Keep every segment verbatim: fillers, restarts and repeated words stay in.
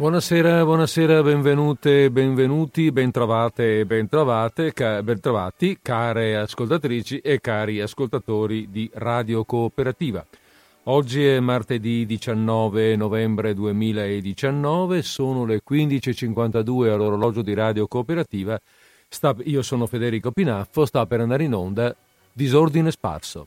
Buonasera, buonasera, benvenute, benvenuti, bentrovate e bentrovate, ca- bentrovati, care ascoltatrici e cari ascoltatori di Radio Cooperativa. Oggi è martedì diciannove novembre duemiladiciannove, sono le quindici e cinquantadue all'orologio di Radio Cooperativa. Sta, io sono Federico Pinaffo, sta per andare in onda Disordine Sparso.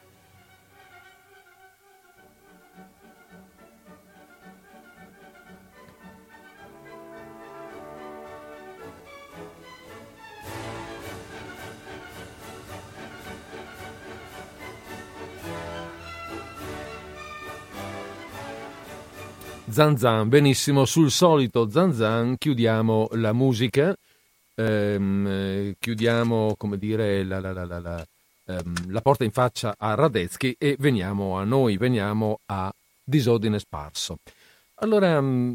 Zan Zan, benissimo, sul solito Zan Zan chiudiamo la musica, ehm, chiudiamo, come dire, la, la, la, la, la, ehm, la porta in faccia a Radetzky e veniamo a noi, veniamo a Disordine Sparso. Allora,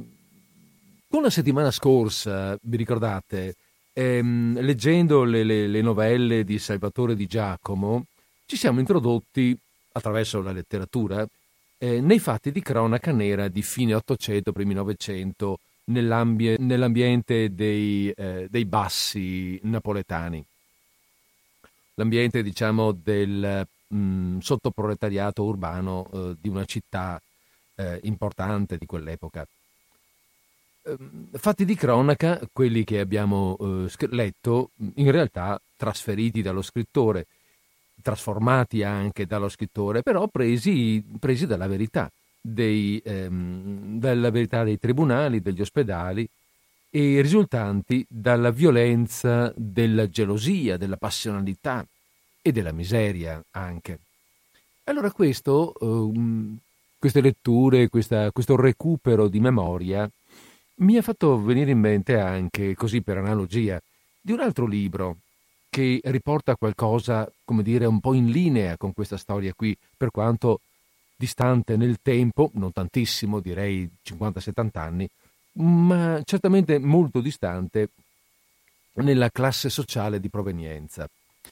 con la settimana scorsa, vi ricordate, ehm, leggendo le, le, le novelle di Salvatore Di Giacomo, ci siamo introdotti, attraverso la letteratura, Eh, nei fatti di cronaca nera di fine Ottocento, primi Novecento, nell'ambie- nell'ambiente dei, eh, dei bassi napoletani. L'ambiente, diciamo, del mh, sottoproletariato urbano eh, di una città eh, importante di quell'epoca. Eh, fatti di cronaca, quelli che abbiamo eh, sc- letto, in realtà trasferiti dallo scrittore, trasformati anche dallo scrittore, però presi, presi dalla verità, dei, ehm, dalla verità dei tribunali, degli ospedali, e risultanti dalla violenza, della gelosia, della passionalità e della miseria anche. Allora questo, ehm, queste letture, questa, questo recupero di memoria mi ha fatto venire in mente anche, così per analogia, di un altro libro che riporta qualcosa, come dire, un po' in linea con questa storia qui, per quanto distante nel tempo, non tantissimo, direi cinquanta settanta anni, ma certamente molto distante nella classe sociale di provenienza.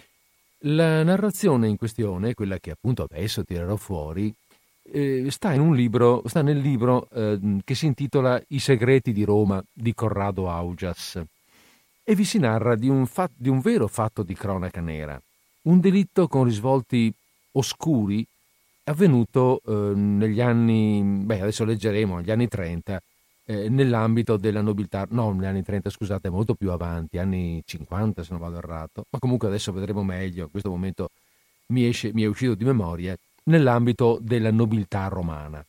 La narrazione in questione, quella che appunto adesso tirerò fuori, eh, sta in un libro, sta nel libro eh, che si intitola I segreti di Roma di Corrado Augias. E vi si narra di un, fat- di un vero fatto di cronaca nera, un delitto con risvolti oscuri avvenuto eh, negli anni, beh adesso leggeremo, negli anni trenta, eh, nell'ambito della nobiltà, no negli anni trenta scusate, molto più avanti, anni cinquanta se non vado errato, ma comunque adesso vedremo meglio, in questo momento mi, esce, mi è uscito di memoria, nell'ambito della nobiltà romana.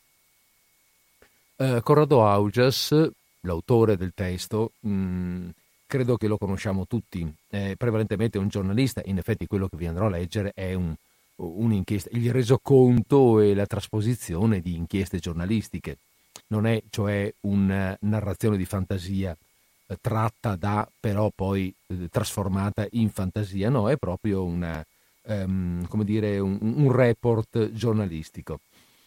Eh, Corrado Augias, l'autore del testo, mh, credo che lo conosciamo tutti, è prevalentemente un giornalista, in effetti quello che vi andrò a leggere è un, un'inchiesta, il resoconto e la trasposizione di inchieste giornalistiche, non è cioè una narrazione di fantasia eh, tratta da, però poi eh, trasformata in fantasia, no, è proprio una, ehm, come dire, un, un report giornalistico.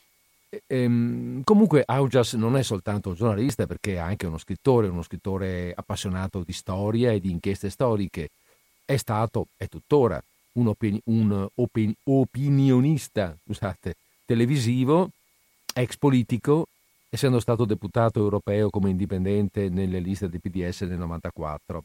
Ehm, comunque Augias non è soltanto un giornalista, perché è anche uno scrittore, uno scrittore appassionato di storia e di inchieste storiche. È stato, è tuttora, un, opini- un opin- opinionista, scusate, televisivo, ex politico, essendo stato deputato europeo come indipendente nelle liste del P D S nel novantaquattro.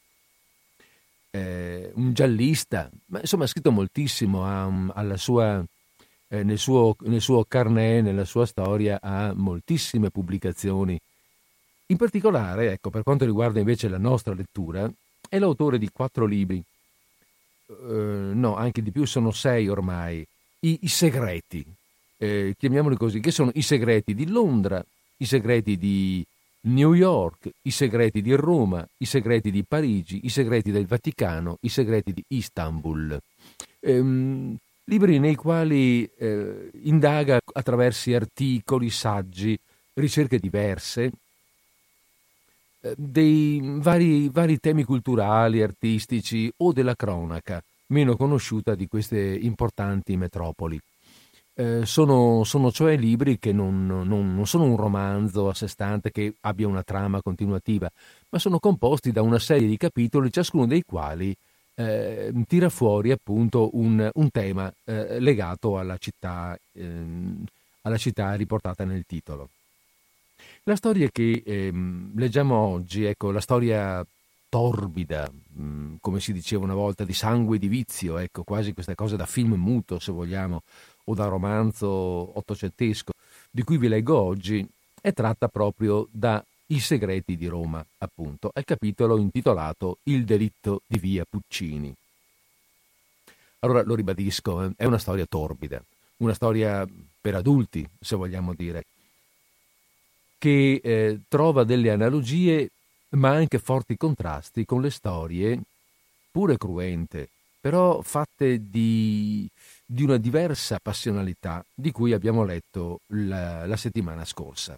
Eh, un giallista, ma insomma ha scritto moltissimo, ha, alla sua... Eh, nel suo, nel suo carnet, nella sua storia, ha moltissime pubblicazioni. In particolare, ecco, per quanto riguarda invece la nostra lettura, è l'autore di quattro libri, eh, no, anche di più, sono sei ormai, i, i segreti, eh, chiamiamoli così, che sono i segreti di Londra, i segreti di New York, i segreti di Roma, i segreti di Parigi, i segreti del Vaticano, i segreti di Istanbul. Ehm, Libri nei quali eh, indaga attraverso articoli, saggi, ricerche diverse, eh, dei vari, vari temi culturali, artistici o della cronaca meno conosciuta di queste importanti metropoli. Eh, sono, sono cioè libri che non, non, non sono un romanzo a sé stante che abbia una trama continuativa, ma sono composti da una serie di capitoli, ciascuno dei quali eh, tira fuori appunto un, un tema eh, legato alla città, ehm, alla città riportata nel titolo. La storia che ehm, leggiamo oggi, ecco, la storia torbida, mh, come si diceva una volta, di sangue e di vizio, ecco, quasi questa cosa da film muto, se vogliamo, o da romanzo ottocentesco, di cui vi leggo oggi, è tratta proprio da I segreti di Roma, appunto, al capitolo intitolato Il delitto di via Puccini. Allora, lo ribadisco, eh, è una storia torbida, una storia per adulti, se vogliamo dire, che eh, trova delle analogie ma anche forti contrasti con le storie, pure cruente, però fatte di, di una diversa passionalità di cui abbiamo letto la, la settimana scorsa.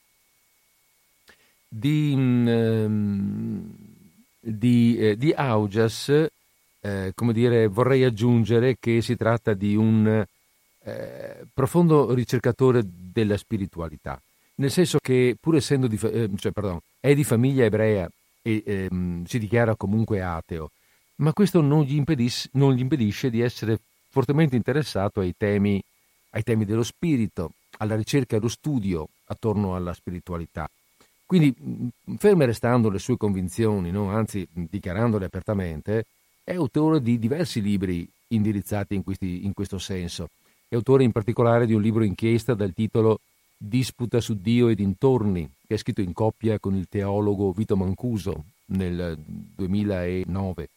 Di, mm, di, eh, di Augias, eh, come dire, vorrei aggiungere che si tratta di un eh, profondo ricercatore della spiritualità, nel senso che pur essendo di, eh, cioè, pardon, è di famiglia ebrea e ehm, si dichiara comunque ateo, ma questo non gli, impedis- non gli impedisce di essere fortemente interessato ai temi, ai temi dello spirito, alla ricerca e allo studio attorno alla spiritualità. Quindi, mh, ferme restando le sue convinzioni, no? Anzi dichiarandole apertamente, è autore di diversi libri indirizzati in, questi, in questo senso. È autore in particolare di un libro inchiesta dal titolo Disputa su Dio e dintorni, che è scritto in coppia con il teologo Vito Mancuso nel duemilanove.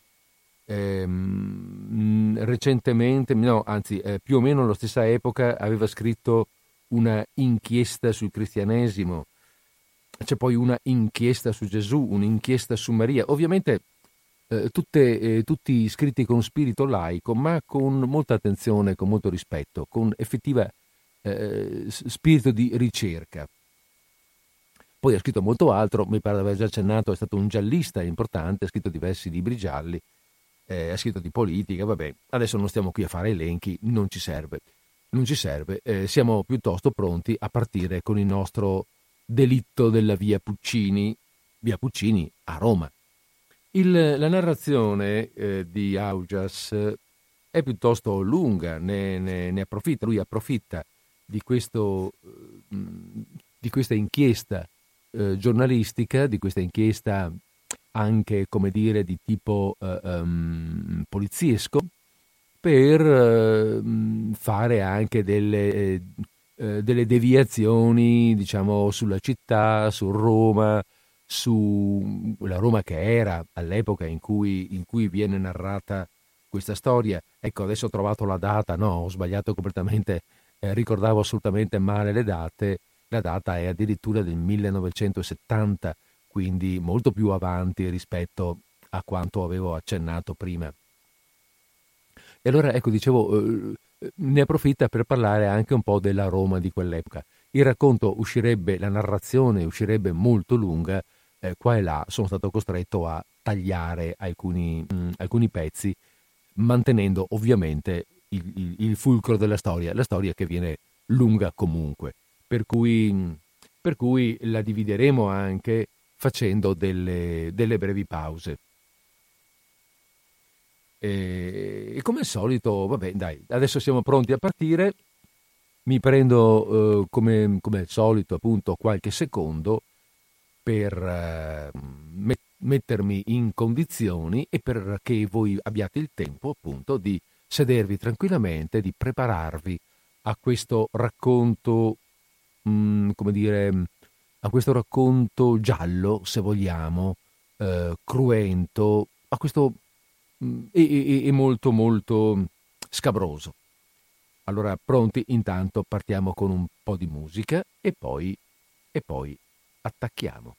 Ehm, recentemente, no, anzi, eh, più o meno alla stessa epoca, aveva scritto una inchiesta sul cristianesimo. C'è poi una inchiesta su Gesù, un'inchiesta su Maria. Ovviamente eh, tutte, eh, tutti scritti con spirito laico, ma con molta attenzione, con molto rispetto, con effettiva eh, spirito di ricerca. Poi ha scritto molto altro, mi pare di aver già accennato, è stato un giallista importante, ha scritto diversi libri gialli, eh, ha scritto di politica, vabbè, adesso non stiamo qui a fare elenchi, non ci serve. Non ci serve, eh, siamo piuttosto pronti a partire con il nostro delitto della via Puccini, via Puccini a Roma. Il, la narrazione eh, di Augias è piuttosto lunga, ne, ne, ne approfitta, lui approfitta di, questo, di questa inchiesta eh, giornalistica, di questa inchiesta anche, come dire, di tipo eh, um, poliziesco, per eh, fare anche delle, eh, eh, delle deviazioni, diciamo, sulla città, su Roma, su la Roma che era all'epoca in cui, in cui viene narrata questa storia. Ecco, adesso ho trovato la data, no, ho sbagliato completamente, eh, ricordavo assolutamente male le date, la data è addirittura del millenovecentosettanta, quindi molto più avanti rispetto a quanto avevo accennato prima. E allora, ecco, dicevo, eh, ne approfitta per parlare anche un po' della Roma di quell'epoca. Il racconto uscirebbe, la narrazione uscirebbe molto lunga, eh, qua e là sono stato costretto a tagliare alcuni, mh, alcuni pezzi, mantenendo ovviamente il, il, il fulcro della storia, la storia che viene lunga comunque, per cui, per cui la divideremo anche facendo delle, delle brevi pause. E, e come al solito, vabbè, dai, adesso siamo pronti a partire. Mi prendo, eh, come, come al solito, appunto, qualche secondo per eh, met- mettermi in condizioni e perché voi abbiate il tempo, appunto, di sedervi tranquillamente, di prepararvi a questo racconto, mh, come dire, a questo racconto giallo, se vogliamo, eh, cruento, a questo mh, e, e, e molto molto scabroso. Allora, pronti? Intanto partiamo con un po' di musica e poi, e poi attacchiamo.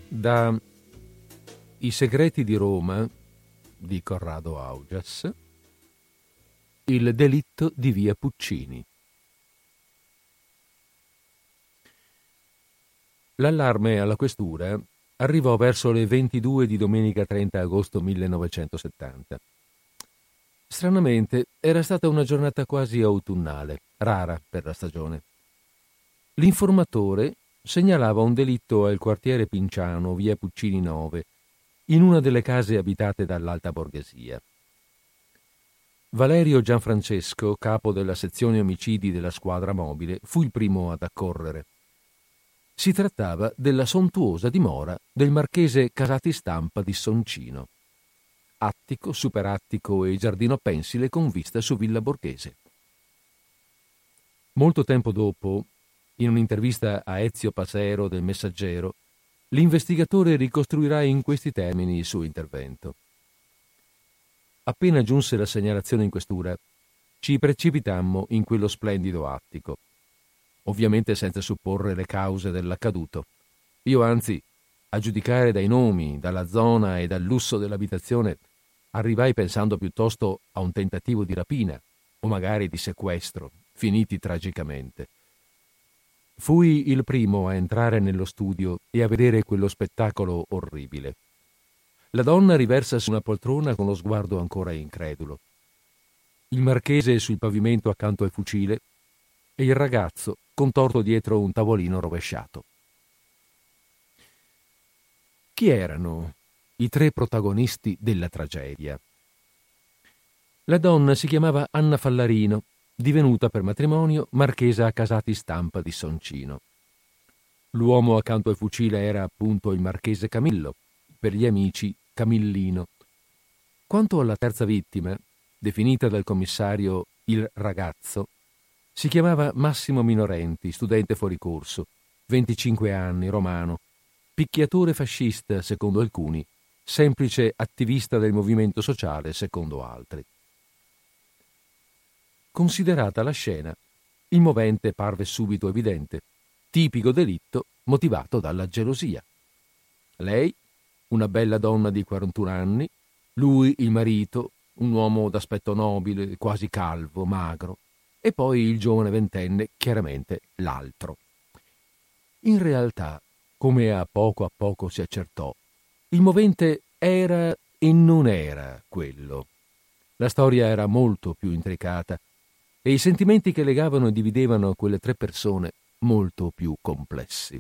da I segreti di Roma di Corrado Augias, Il delitto di via Puccini. L'allarme alla questura arrivò verso le ventidue di domenica trenta agosto millenovecentosettanta. Stranamente era stata una giornata quasi autunnale, rara per la stagione. L'informatore segnalava un delitto al quartiere Pinciano, via Puccini nove, in una delle case abitate dall'alta borghesia. Valerio Gianfrancesco, capo della sezione omicidi della squadra mobile, fu il primo ad accorrere. Si trattava della sontuosa dimora del marchese Casati Stampa di Soncino. Attico, superattico e giardino pensile con vista su Villa Borghese. Molto tempo dopo, in un'intervista a Ezio Pasero del Messaggero, l'investigatore ricostruirà in questi termini il suo intervento. Appena giunse la segnalazione in questura, ci precipitammo in quello splendido attico, ovviamente senza supporre le cause dell'accaduto. Io anzi, a giudicare dai nomi, dalla zona e dal lusso dell'abitazione, arrivai pensando piuttosto a un tentativo di rapina o magari di sequestro, finiti tragicamente. Fui il primo a entrare nello studio e a vedere quello spettacolo orribile. La donna riversa su una poltrona con lo sguardo ancora incredulo. Il marchese sul pavimento accanto al fucile e il ragazzo contorto dietro un tavolino rovesciato. Chi erano i tre protagonisti della tragedia? La donna si chiamava Anna Fallarino, divenuta per matrimonio marchesa Casati Stampa di Soncino. L'uomo accanto al fucile era appunto il marchese Camillo, per gli amici Camillino. Quanto alla terza vittima, definita dal commissario il ragazzo, si chiamava Massimo Minorenti, studente fuori corso, venticinque anni, romano, picchiatore fascista secondo alcuni, semplice attivista del movimento sociale secondo altri. Considerata la scena, il movente parve subito evidente, tipico delitto motivato dalla gelosia. Lei, una bella donna di quarantuno anni, lui, il marito, un uomo d'aspetto nobile, quasi calvo, magro, e poi il giovane ventenne, chiaramente l'altro. In realtà, come a poco a poco si accertò, il movente era e non era quello. La storia era molto più intricata e i sentimenti che legavano e dividevano quelle tre persone molto più complessi.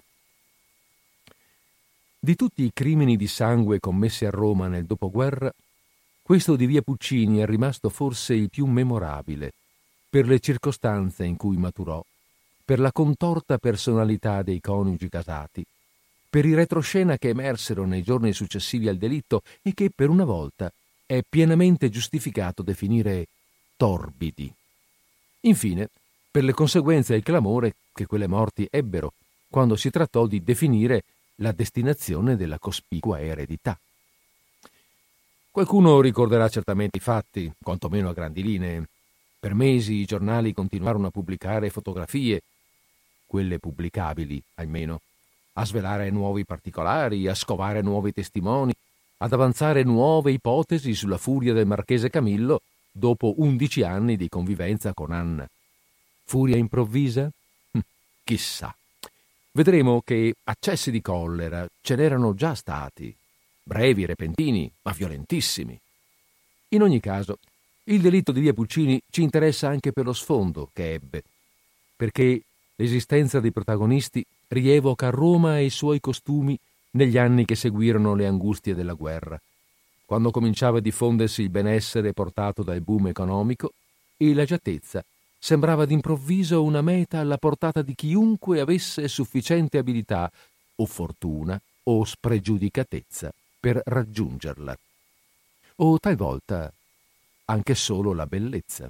Di tutti i crimini di sangue commessi a Roma nel dopoguerra, questo di via Puccini è rimasto forse il più memorabile, per le circostanze in cui maturò, per la contorta personalità dei coniugi Casati, per i retroscena che emersero nei giorni successivi al delitto e che per una volta è pienamente giustificato definire torbidi. Infine, per le conseguenze e il clamore che quelle morti ebbero quando si trattò di definire la destinazione della cospicua eredità. Qualcuno ricorderà certamente i fatti, quantomeno a grandi linee. Per mesi i giornali continuarono a pubblicare fotografie, quelle pubblicabili almeno, a svelare nuovi particolari, a scovare nuovi testimoni, ad avanzare nuove ipotesi sulla furia del marchese Camillo dopo undici anni di convivenza con Anna. Furia improvvisa? Chissà. Vedremo che accessi di collera ce n'erano già stati, brevi, repentini, ma violentissimi. In ogni caso, il delitto di via Puccini ci interessa anche per lo sfondo che ebbe, perché l'esistenza dei protagonisti rievoca Roma e i suoi costumi negli anni che seguirono le angustie della guerra, quando cominciava a diffondersi il benessere portato dal boom economico e l'agiatezza sembrava d'improvviso una meta alla portata di chiunque avesse sufficiente abilità o fortuna o spregiudicatezza per raggiungerla, o talvolta anche solo la bellezza.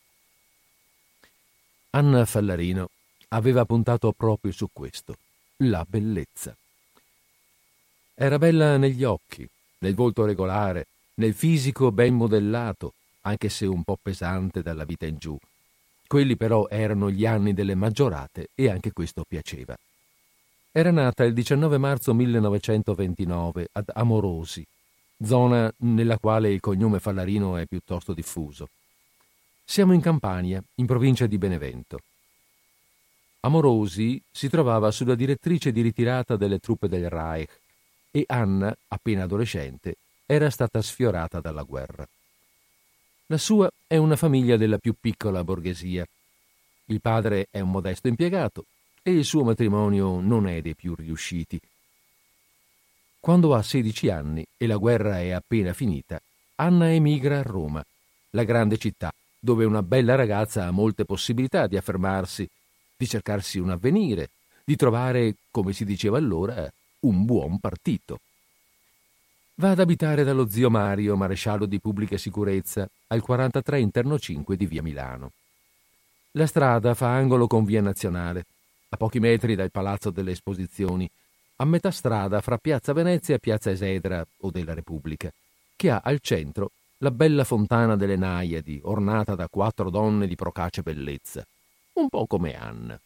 Anna Fallarino aveva puntato proprio su questo, la bellezza. Era bella negli occhi, nel volto regolare, nel fisico ben modellato, anche se un po' pesante dalla vita in giù. Quelli però erano gli anni delle maggiorate e anche questo piaceva. era nata il diciannove marzo millenovecentoventinove ad Amorosi, zona nella quale il cognome Fallarino è piuttosto diffuso. Siamo in Campania, in provincia di Benevento. Amorosi si trovava sulla direttrice di ritirata delle truppe del Reich e Anna, appena adolescente, era stata sfiorata dalla guerra. La sua è una famiglia della più piccola borghesia. Il padre è un modesto impiegato e il suo matrimonio non è dei più riusciti. Quando ha sedici anni e la guerra è appena finita, Anna emigra a Roma, la grande città dove una bella ragazza ha molte possibilità di affermarsi, di cercarsi un avvenire, di trovare, come si diceva allora, un buon partito. Va ad abitare dallo zio Mario, maresciallo di pubblica sicurezza, al quarantatré interno cinque di via Milano. La strada fa angolo con via Nazionale, a pochi metri dal Palazzo delle Esposizioni, a metà strada fra piazza Venezia e piazza Esedra o della Repubblica, che ha al centro la bella fontana delle Naiadi, ornata da quattro donne di procace bellezza, un po' come Anna.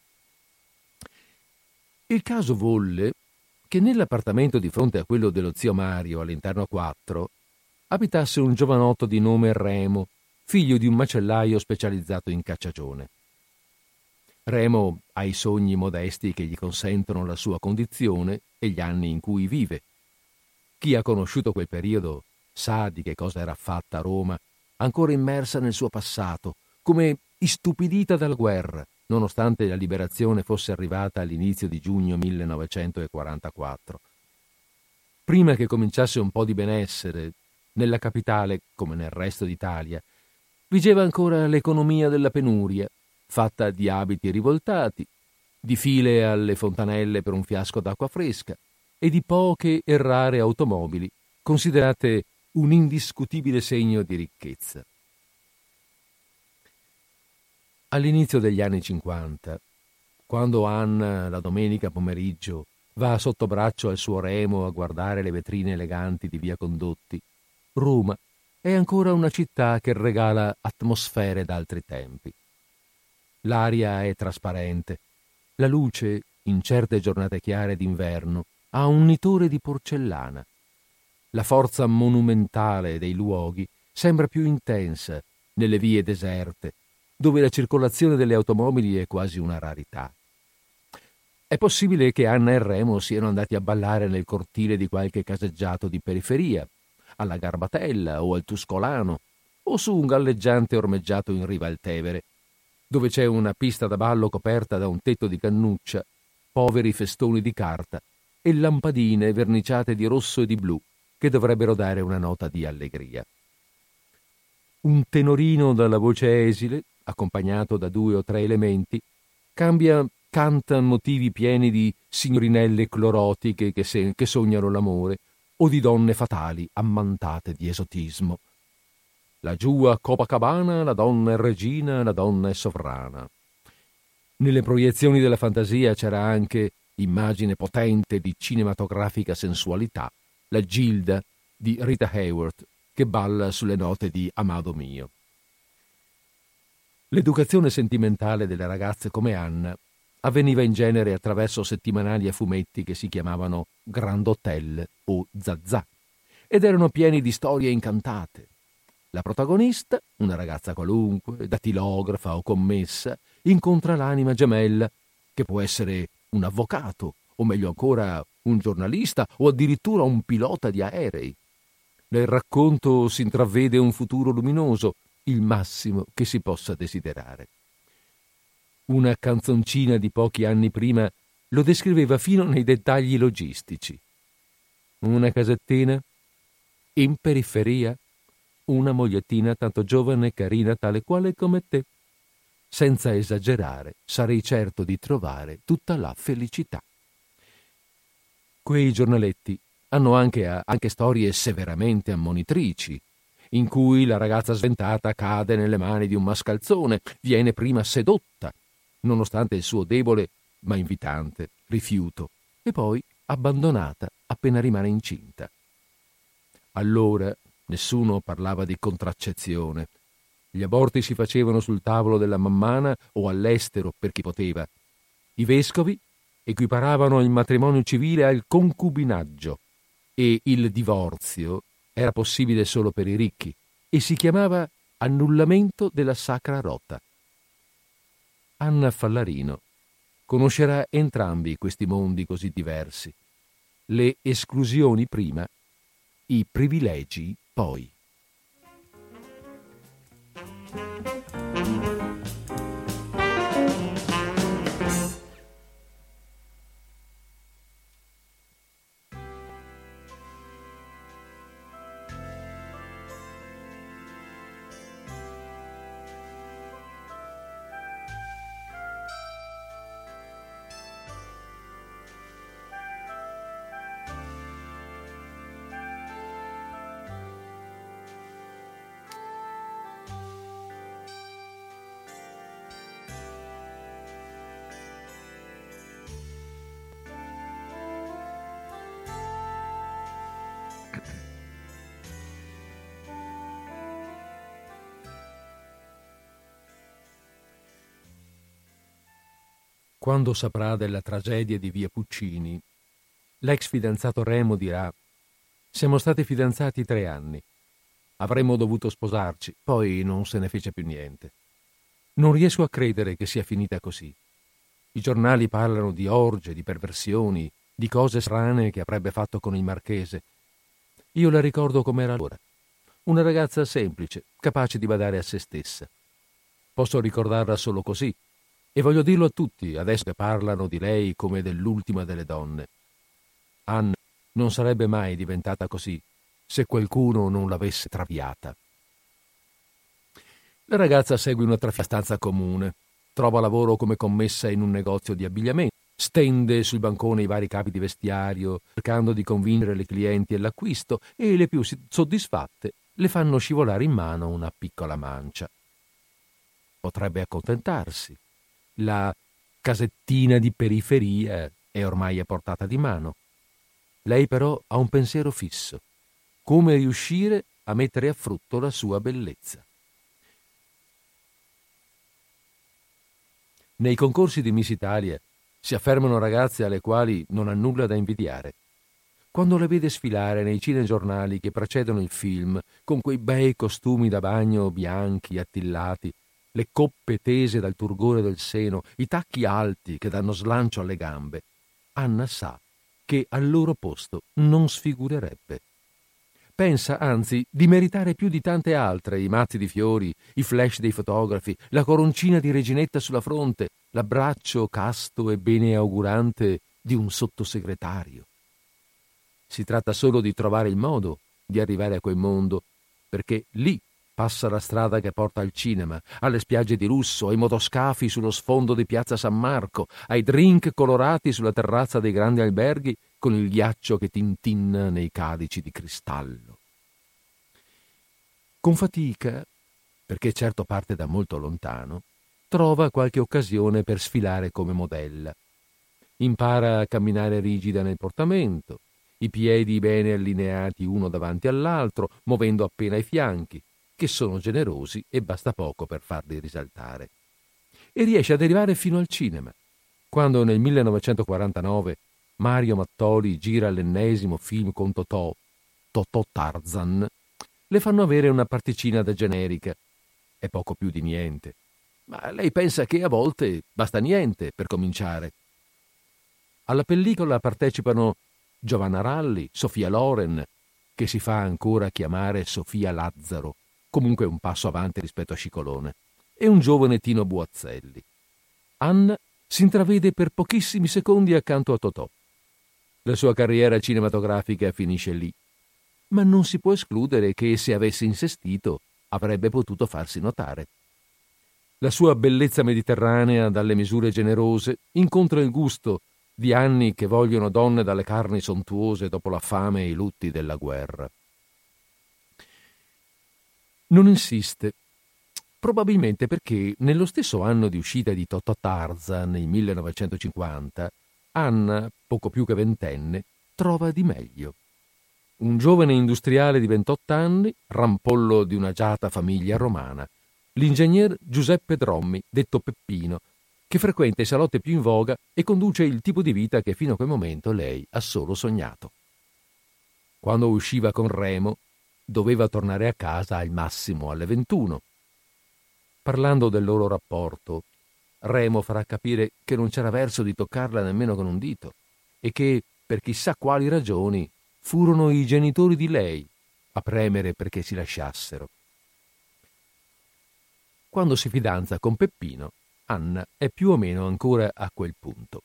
Il caso volle che nell'appartamento di fronte a quello dello zio Mario, all'interno quattro, abitasse un giovanotto di nome Remo, figlio di un macellaio specializzato in cacciagione. Remo ha i sogni modesti che gli consentono la sua condizione e gli anni in cui vive. Chi ha conosciuto quel periodo sa di che cosa era fatta Roma, ancora immersa nel suo passato, come istupidita dalla guerra, nonostante la liberazione fosse arrivata all'inizio di giugno millenovecentoquarantaquattro. Prima che cominciasse un po' di benessere, nella capitale, come nel resto d'Italia, vigeva ancora l'economia della penuria, fatta di abiti rivoltati, di file alle fontanelle per un fiasco d'acqua fresca e di poche e rare automobili, considerate un indiscutibile segno di ricchezza. All'inizio degli anni cinquanta, quando Anna, la domenica pomeriggio, va sotto braccio al suo Remo a guardare le vetrine eleganti di via Condotti, Roma è ancora una città che regala atmosfere d'altri tempi. L'aria è trasparente, la luce, in certe giornate chiare d'inverno, ha un nitore di porcellana. La forza monumentale dei luoghi sembra più intensa nelle vie deserte, dove la circolazione delle automobili è quasi una rarità. È possibile che Anna e Remo siano andati a ballare nel cortile di qualche caseggiato di periferia, alla Garbatella o al Tuscolano, o su un galleggiante ormeggiato in riva al Tevere, dove c'è una pista da ballo coperta da un tetto di cannuccia, poveri festoni di carta e lampadine verniciate di rosso e di blu che dovrebbero dare una nota di allegria. Un tenorino dalla voce esile, accompagnato da due o tre elementi, cambia, canta motivi pieni di signorinelle clorotiche che, se, che sognano l'amore o di donne fatali ammantate di esotismo. Laggiù a Copacabana la donna è regina, la donna è sovrana. Nelle proiezioni della fantasia c'era anche, immagine potente di cinematografica sensualità, la Gilda di Rita Hayworth che balla sulle note di Amado mio. L'educazione sentimentale delle ragazze come Anna avveniva in genere attraverso settimanali a fumetti che si chiamavano Grand Hotel o Zazà ed erano pieni di storie incantate. La protagonista, una ragazza qualunque, datilografa o commessa, incontra l'anima gemella, che può essere un avvocato, o meglio ancora un giornalista, o addirittura un pilota di aerei. Nel racconto si intravede un futuro luminoso, il massimo che si possa desiderare. Una canzoncina di pochi anni prima lo descriveva fino nei dettagli logistici. Una casettina in periferia, una mogliettina tanto giovane e carina tale quale come te. Senza esagerare, sarei certo di trovare tutta la felicità. Quei giornaletti hanno anche, anche storie severamente ammonitrici, in cui la ragazza sventata cade nelle mani di un mascalzone, viene prima sedotta, nonostante il suo debole ma invitante rifiuto, e poi abbandonata appena rimane incinta. Allora nessuno parlava di contraccezione. Gli aborti si facevano sul tavolo della mammana o all'estero per chi poteva. I vescovi equiparavano il matrimonio civile al concubinaggio e il divorzio era possibile solo per i ricchi e si chiamava annullamento della sacra rota. Anna Fallarino conoscerà entrambi questi mondi così diversi, le esclusioni prima, i privilegi poi. Quando saprà della tragedia di via Puccini, l'ex fidanzato Remo dirà: siamo stati fidanzati tre anni. Avremmo dovuto sposarci, poi non se ne fece più niente. Non riesco a credere che sia finita così. I giornali parlano di orge, di perversioni, di cose strane che avrebbe fatto con il marchese. Io la ricordo com'era allora. Una ragazza semplice, capace di badare a se stessa. Posso ricordarla solo così. E voglio dirlo a tutti, adesso che parlano di lei come dell'ultima delle donne. Anna non sarebbe mai diventata così se qualcuno non l'avesse traviata. La ragazza segue una trafila stanza comune, trova lavoro come commessa in un negozio di abbigliamento, stende sul bancone i vari capi di vestiario, cercando di convincere le clienti all'acquisto, e le più soddisfatte le fanno scivolare in mano una piccola mancia. Potrebbe accontentarsi. La casettina di periferia è ormai a portata di mano. Lei però ha un pensiero fisso: come riuscire a mettere a frutto la sua bellezza. Nei concorsi di Miss Italia si affermano ragazze alle quali non ha nulla da invidiare. Quando le vede sfilare nei cinegiornali che precedono il film, con quei bei costumi da bagno bianchi, attillati, le coppe tese dal turgore del seno, i tacchi alti che danno slancio alle gambe, Anna sa che al loro posto non sfigurerebbe. Pensa, anzi, di meritare più di tante altre i mazzi di fiori, i flash dei fotografi, la coroncina di reginetta sulla fronte, l'abbraccio casto e beneaugurante di un sottosegretario. Si tratta solo di trovare il modo di arrivare a quel mondo, perché lì passa la strada che porta al cinema, alle spiagge di lusso, ai motoscafi sullo sfondo di Piazza San Marco, ai drink colorati sulla terrazza dei grandi alberghi con il ghiaccio che tintinna nei calici di cristallo. Con fatica, perché certo parte da molto lontano, trova qualche occasione per sfilare come modella. Impara a camminare rigida nel portamento, i piedi bene allineati uno davanti all'altro, muovendo appena i fianchi, che sono generosi e basta poco per farli risaltare. E riesce ad arrivare fino al cinema, quando nel millenovecentoquarantanove Mario Mattoli gira l'ennesimo film con Totò, Totò Tarzan, le fanno avere una particina da generica. È poco più di niente, ma lei pensa che a volte basta niente per cominciare. Alla pellicola partecipano Giovanna Ralli, Sofia Loren, che si fa ancora chiamare Sofia Lazzaro, comunque un passo avanti rispetto a Scicolone, e un giovane Tino Buazzelli. Anna si intravede per pochissimi secondi accanto a Totò. La sua carriera cinematografica finisce lì, ma non si può escludere che, se avesse insistito, avrebbe potuto farsi notare. La sua bellezza mediterranea dalle misure generose incontra il gusto di anni che vogliono donne dalle carni sontuose dopo la fame e i lutti della guerra. Non insiste, probabilmente perché nello stesso anno di uscita di Totò Tarzan, nel millenovecentocinquanta, Anna, poco più che ventenne, trova di meglio. Un giovane industriale di ventotto anni, rampollo di un'agiata famiglia romana, l'ingegner Giuseppe Drommi, detto Peppino, che frequenta i salotti più in voga e conduce il tipo di vita che fino a quel momento lei ha solo sognato. Quando usciva con Remo, doveva tornare a casa al massimo alle ventuno. Parlando del loro rapporto, Remo farà capire che non c'era verso di toccarla nemmeno con un dito e che, per chissà quali ragioni, furono i genitori di lei a premere perché si lasciassero. Quando si fidanza con Peppino, Anna è più o meno ancora a quel punto.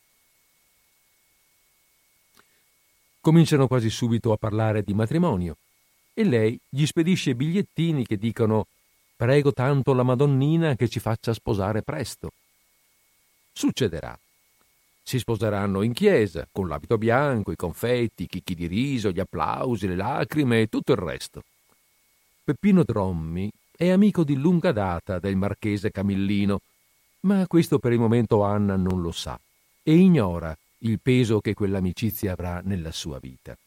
Cominciano quasi subito a parlare di matrimonio e lei gli spedisce bigliettini che dicono «Prego tanto la Madonnina che ci faccia sposare presto». Succederà. Si sposeranno in chiesa, con l'abito bianco, i confetti, i chicchi di riso, gli applausi, le lacrime e tutto il resto. Peppino Drommi è amico di lunga data del marchese Camillino, ma questo per il momento Anna non lo sa e ignora il peso che quell'amicizia avrà nella sua vita.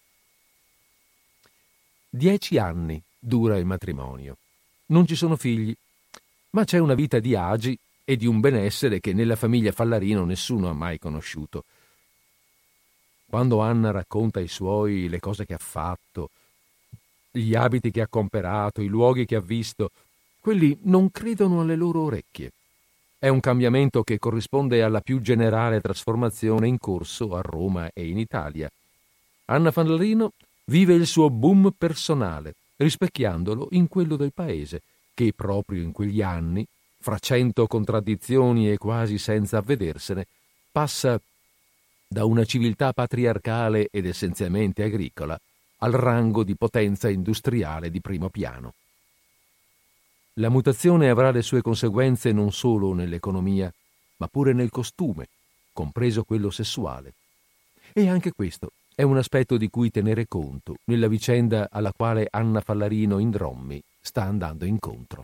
Dieci anni dura il matrimonio. Non ci sono figli, ma c'è una vita di agi e di un benessere che nella famiglia Fallarino nessuno ha mai conosciuto. Quando Anna racconta ai suoi le cose che ha fatto, gli abiti che ha comperato, i luoghi che ha visto, quelli non credono alle loro orecchie. È un cambiamento che corrisponde alla più generale trasformazione in corso a Roma e in Italia. Anna Fallarino vive il suo boom personale, rispecchiandolo in quello del paese, che proprio in quegli anni, fra cento contraddizioni e quasi senza avvedersene, passa da una civiltà patriarcale ed essenzialmente agricola al rango di potenza industriale di primo piano. La mutazione avrà le sue conseguenze non solo nell'economia, ma pure nel costume, compreso quello sessuale. E anche questo è un aspetto di cui tenere conto nella vicenda alla quale Anna Fallarino in Drommi sta andando incontro.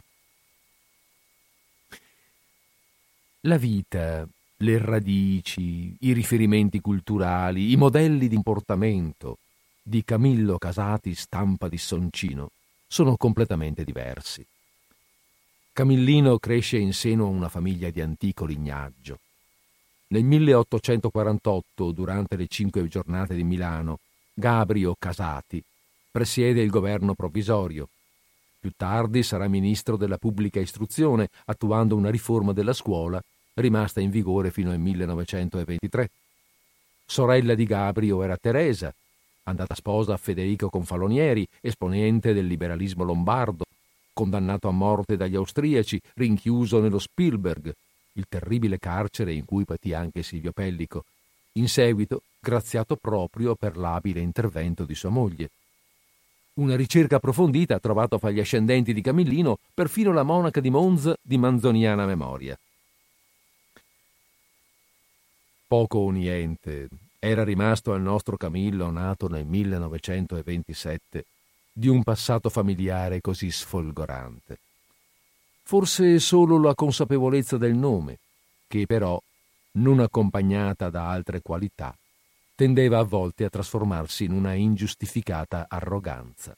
La vita, le radici, i riferimenti culturali, i modelli di comportamento di Camillo Casati stampa di Soncino sono completamente diversi. Camillino cresce in seno a una famiglia di antico lignaggio. Nel milleottocentoquarantotto, durante le cinque giornate di Milano, Gabrio Casati presiede il governo provvisorio. Più tardi sarà ministro della pubblica istruzione, attuando una riforma della scuola rimasta in vigore fino al millenovecentoventitré. Sorella di Gabrio era Teresa, andata sposa a Federico Confalonieri, esponente del liberalismo lombardo, condannato a morte dagli austriaci, rinchiuso nello Spielberg, il terribile carcere in cui patì anche Silvio Pellico, in seguito graziato proprio per l'abile intervento di sua moglie. Una ricerca approfondita ha trovato fra gli ascendenti di Camillino perfino la monaca di Monza di manzoniana memoria. Poco o niente era rimasto al nostro Camillo, nato nel millenovecentoventisette, di un passato familiare così sfolgorante. Forse solo la consapevolezza del nome, che però, non accompagnata da altre qualità, tendeva a volte a trasformarsi in una ingiustificata arroganza.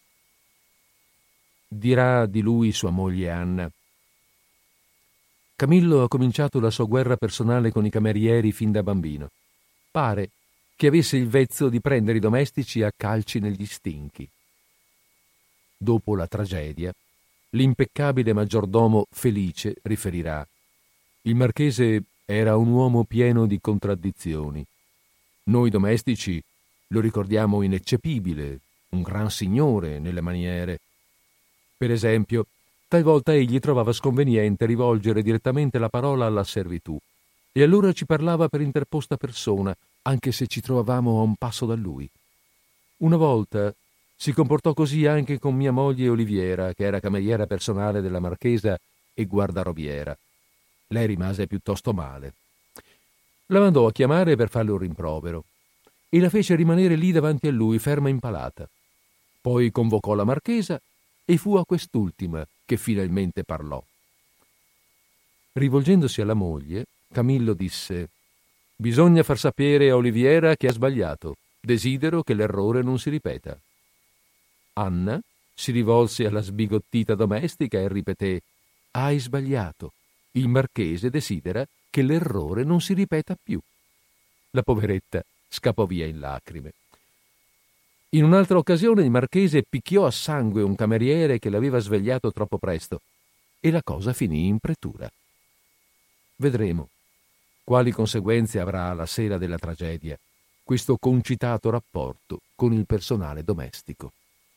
Dirà di lui sua moglie Anna: Camillo ha cominciato la sua guerra personale con i camerieri fin da bambino. Pare che avesse il vezzo di prendere i domestici a calci negli stinchi. Dopo la tragedia, l'impeccabile maggiordomo Felice riferirà: il marchese era un uomo pieno di contraddizioni. Noi domestici lo ricordiamo ineccepibile, un gran signore nelle maniere. Per esempio, talvolta egli trovava sconveniente rivolgere direttamente la parola alla servitù, e allora ci parlava per interposta persona, anche se ci trovavamo a un passo da lui. Una volta si comportò così anche con mia moglie Oliviera, che era cameriera personale della marchesa e guardarobiera. Lei rimase piuttosto male. La mandò a chiamare per farle un rimprovero e la fece rimanere lì davanti a lui, ferma impalata. Poi convocò la marchesa e fu a quest'ultima che finalmente parlò. Rivolgendosi alla moglie, Camillo disse: «Bisogna far sapere a Oliviera che ha sbagliato. Desidero che l'errore non si ripeta». Anna si rivolse alla sbigottita domestica e ripeté: «Hai sbagliato. Il marchese desidera che che l'errore non si ripeta più. La poveretta scappò via in lacrime. In un'altra occasione il marchese picchiò a sangue un cameriere che l'aveva svegliato troppo presto e la cosa finì in pretura. Vedremo quali conseguenze avrà la sera della tragedia questo concitato rapporto con il personale domestico.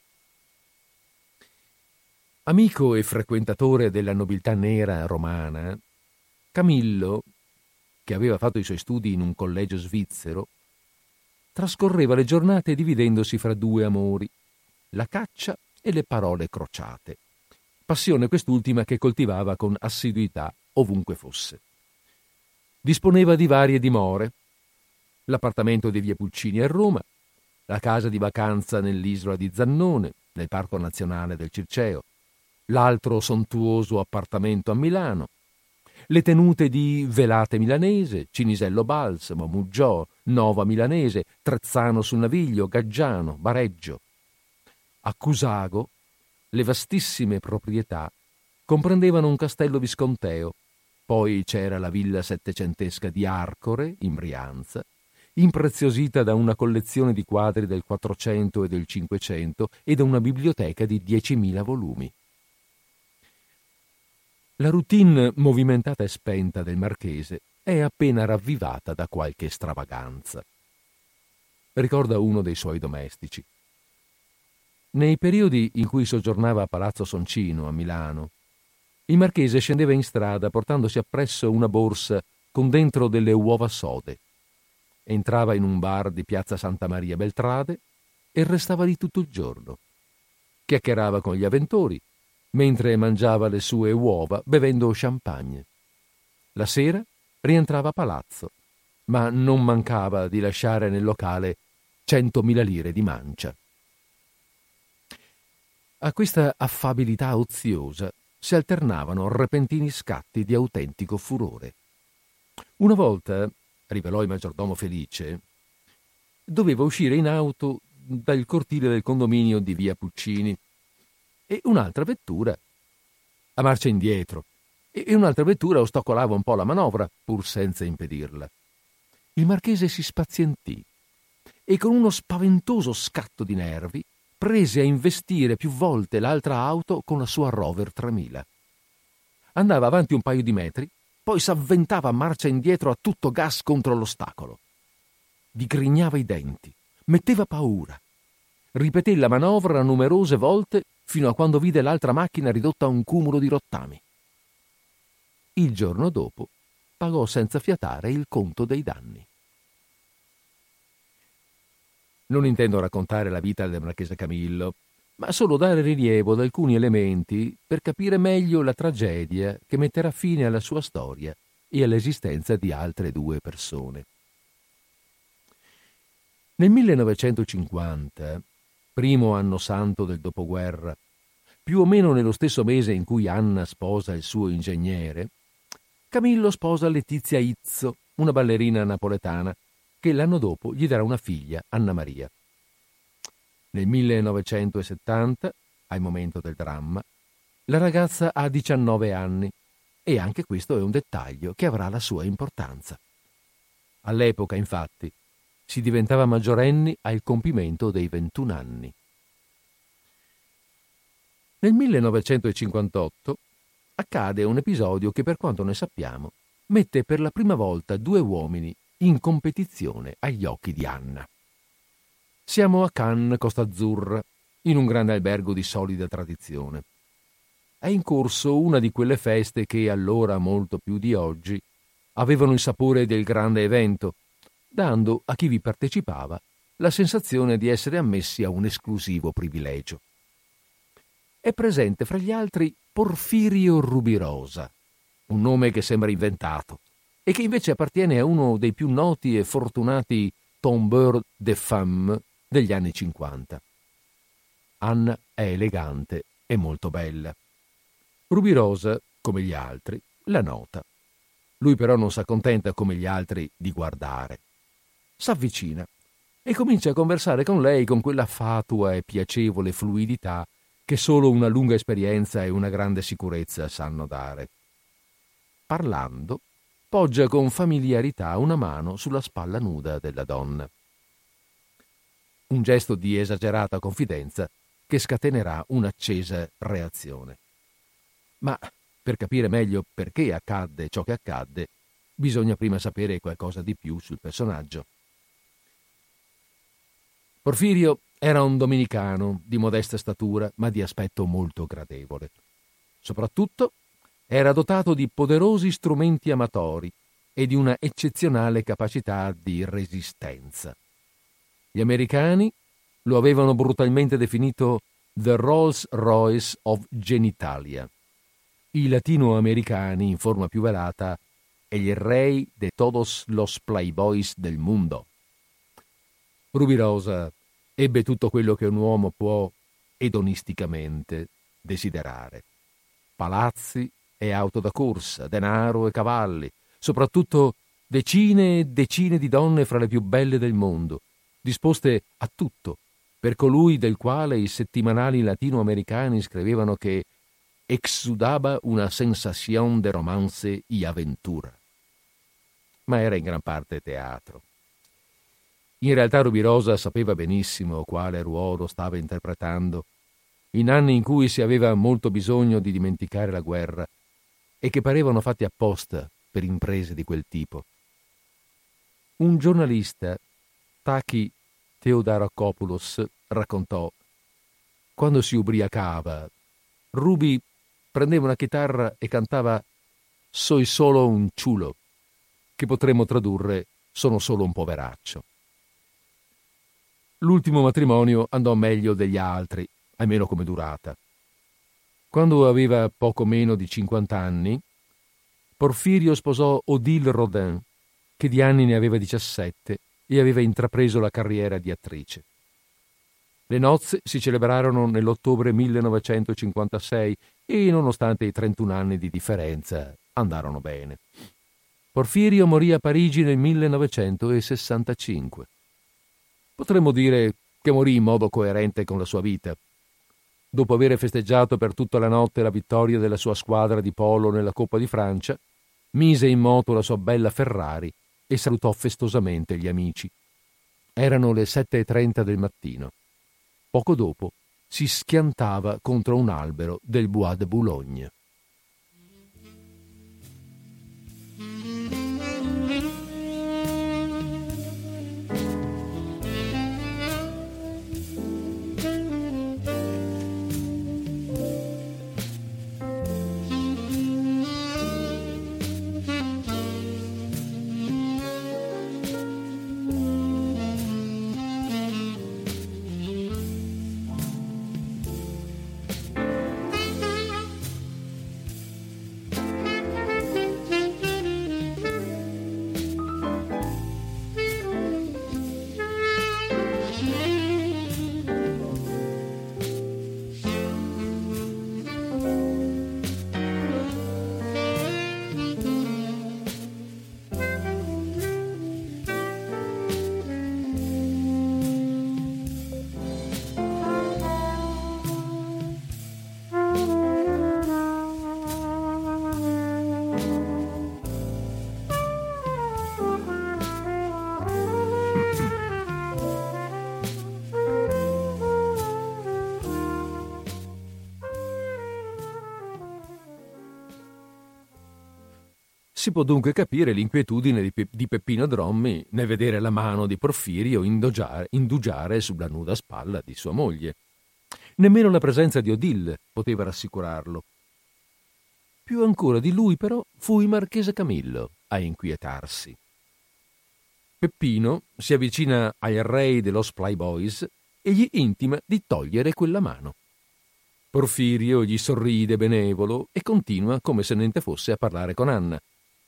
Amico e frequentatore della nobiltà nera romana, Camillo, che aveva fatto i suoi studi in un collegio svizzero, trascorreva le giornate dividendosi fra due amori, la caccia e le parole crociate, passione quest'ultima che coltivava con assiduità ovunque fosse. Disponeva di varie dimore: l'appartamento di via Pulcini a Roma, la casa di vacanza nell'isola di Zannone, nel Parco Nazionale del Circeo, l'altro sontuoso appartamento a Milano, le tenute di Velate Milanese, Cinisello Balsamo, Muggiò, Nova Milanese, Trezzano sul Naviglio, Gaggiano, Bareggio. A Cusago le vastissime proprietà comprendevano un castello visconteo, poi c'era la villa settecentesca di Arcore, in Brianza, impreziosita da una collezione di quadri del Quattrocento e del Cinquecento e da una biblioteca di diecimila volumi. La routine movimentata e spenta del marchese è appena ravvivata da qualche stravaganza. Ricorda uno dei suoi domestici. Nei periodi in cui soggiornava a Palazzo Soncino, a Milano, il marchese scendeva in strada portandosi appresso una borsa con dentro delle uova sode. Entrava in un bar di piazza Santa Maria Beltrade e restava lì tutto il giorno. Chiacchierava con gli avventori, mentre mangiava le sue uova bevendo champagne. La sera rientrava a palazzo, ma non mancava di lasciare nel locale centomila lire di mancia. A questa affabilità oziosa si alternavano repentini scatti di autentico furore. Una volta, rivelò il maggiordomo Felice, doveva uscire in auto dal cortile del condominio di via Puccini e un'altra vettura a marcia indietro e un'altra vettura ostacolava un po' la manovra pur senza impedirla. Il marchese si spazientì e con uno spaventoso scatto di nervi prese a investire più volte l'altra auto con la sua Rover tremila. Andava avanti un paio di metri, poi s'avventava a marcia indietro a tutto gas contro l'ostacolo. Digrignava i denti, metteva paura. Ripeté la manovra numerose volte fino a quando vide l'altra macchina ridotta a un cumulo di rottami. Il giorno dopo pagò senza fiatare il conto dei danni. Non intendo raccontare la vita del marchese Camillo, ma solo dare rilievo ad alcuni elementi per capire meglio la tragedia che metterà fine alla sua storia e all'esistenza di altre due persone. Nel millenovecentocinquanta, primo anno santo del dopoguerra, più o meno nello stesso mese in cui Anna sposa il suo ingegnere, Camillo sposa Letizia Izzo, una ballerina napoletana, che l'anno dopo gli darà una figlia, Anna Maria. Nel millenovecentosettanta, al momento del dramma, la ragazza ha diciannove anni e anche questo è un dettaglio che avrà la sua importanza. All'epoca, infatti, si diventava maggiorenni al compimento dei ventuno anni. Nel millenovecentocinquantotto accade un episodio che, per quanto ne sappiamo, mette per la prima volta due uomini in competizione agli occhi di Anna. Siamo a Cannes, Costa Azzurra, in un grande albergo di solida tradizione. È in corso una di quelle feste che allora, molto più di oggi, avevano il sapore del grande evento, dando a chi vi partecipava la sensazione di essere ammessi a un esclusivo privilegio. È presente fra gli altri Porfirio Rubirosa, un nome che sembra inventato e che invece appartiene a uno dei più noti e fortunati tombeur de femme degli anni cinquanta. Anna è elegante e molto bella. Rubirosa, come gli altri, la nota. Lui però non s'accontenta come gli altri di guardare. S'avvicina e comincia a conversare con lei con quella fatua e piacevole fluidità che solo una lunga esperienza e una grande sicurezza sanno dare. Parlando, poggia con familiarità una mano sulla spalla nuda della donna. Un gesto di esagerata confidenza che scatenerà un'accesa reazione. Ma per capire meglio perché accadde ciò che accadde, bisogna prima sapere qualcosa di più sul personaggio. Porfirio era un domenicano di modesta statura, ma di aspetto molto gradevole. Soprattutto era dotato di poderosi strumenti amatori e di una eccezionale capacità di resistenza. Gli americani lo avevano brutalmente definito The Rolls Royce of Genitalia. I latinoamericani, in forma più velata, el rey de todos los playboys del mundo. Rubirosa ebbe tutto quello che un uomo può edonisticamente desiderare: palazzi e auto da corsa, denaro e cavalli, soprattutto decine e decine di donne fra le più belle del mondo, disposte a tutto per colui del quale i settimanali latinoamericani scrivevano che exudaba una sensación de romance y aventura. Ma era in gran parte teatro. In realtà Rubirosa sapeva benissimo quale ruolo stava interpretando in anni in cui si aveva molto bisogno di dimenticare la guerra e che parevano fatti apposta per imprese di quel tipo. Un giornalista, Taki Theodorakopoulos, raccontò: quando si ubriacava, Ruby prendeva una chitarra e cantava «Soy solo un chulo», che potremmo tradurre «sono solo un poveraccio». L'ultimo matrimonio andò meglio degli altri, almeno come durata. Quando aveva poco meno di cinquanta anni, Porfirio sposò Odile Rodin, che di anni ne aveva diciassette e aveva intrapreso la carriera di attrice. Le nozze si celebrarono nell'ottobre millenovecentocinquantasei e, nonostante i trentuno anni di differenza, andarono bene. Porfirio morì a Parigi nel millenovecentosessantacinque. Potremmo dire che morì in modo coerente con la sua vita. Dopo aver festeggiato per tutta la notte la vittoria della sua squadra di polo nella Coppa di Francia, mise in moto la sua bella Ferrari e salutò festosamente gli amici. Erano le sette e trenta del mattino. Poco dopo si schiantava contro un albero del Bois de Boulogne. Si può dunque capire l'inquietudine di, Pe- di Peppino Drommi nel vedere la mano di Porfirio indugiare, indugiare sulla nuda spalla di sua moglie. Nemmeno la presenza di Odile poteva rassicurarlo. Più ancora di lui, però, fu il marchese Camillo a inquietarsi. Peppino si avvicina al re de los Playboys e gli intima di togliere quella mano. Porfirio gli sorride benevolo e continua come se niente fosse a parlare con Anna.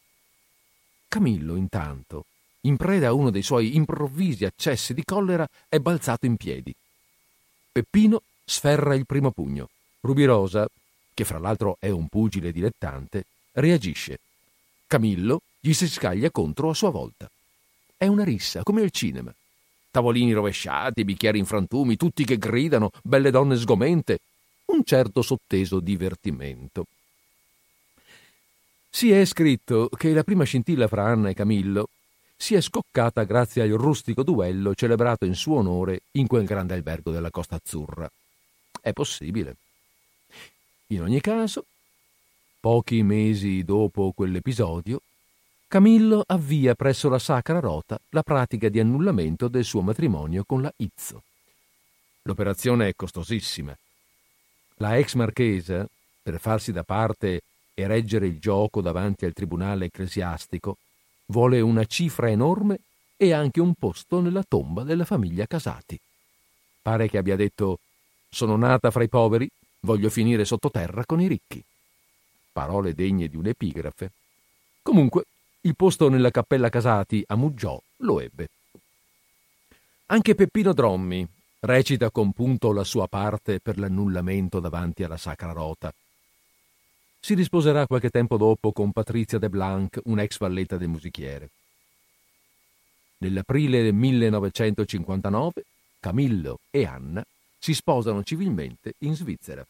Camillo, intanto, in preda a uno dei suoi improvvisi accessi di collera, è balzato in piedi. Peppino sferra il primo pugno. Rubirosa, che fra l'altro è un pugile dilettante, reagisce. Camillo gli si scaglia contro a sua volta. È una rissa, come al cinema. Tavolini rovesciati, bicchieri in frantumi, tutti che gridano, belle donne sgomente. Un certo sotteso divertimento. Si è scritto che la prima scintilla fra Anna e Camillo si è scoccata grazie al rustico duello celebrato in suo onore in quel grande albergo della Costa Azzurra. È possibile. In ogni caso, pochi mesi dopo quell'episodio, Camillo avvia presso la Sacra Rota la pratica di annullamento del suo matrimonio con la Izzo. L'operazione è costosissima. La ex marchesa, per farsi da parte e reggere il gioco davanti al tribunale ecclesiastico, vuole una cifra enorme e anche un posto nella tomba della famiglia Casati. Pare che abbia detto: «Sono nata fra i poveri, voglio finire sottoterra con i ricchi». Parole degne di un'epigrafe. Comunque, il posto nella cappella Casati a Muggiò lo ebbe. Anche Peppino Drommi recita con punto la sua parte per l'annullamento davanti alla Sacra Rota. Si risposerà qualche tempo dopo con Patrizia de Blanc, un'ex valletta del musichiere. Nell'aprile del millenovecentocinquantanove Camillo e Anna si sposano civilmente in Svizzera.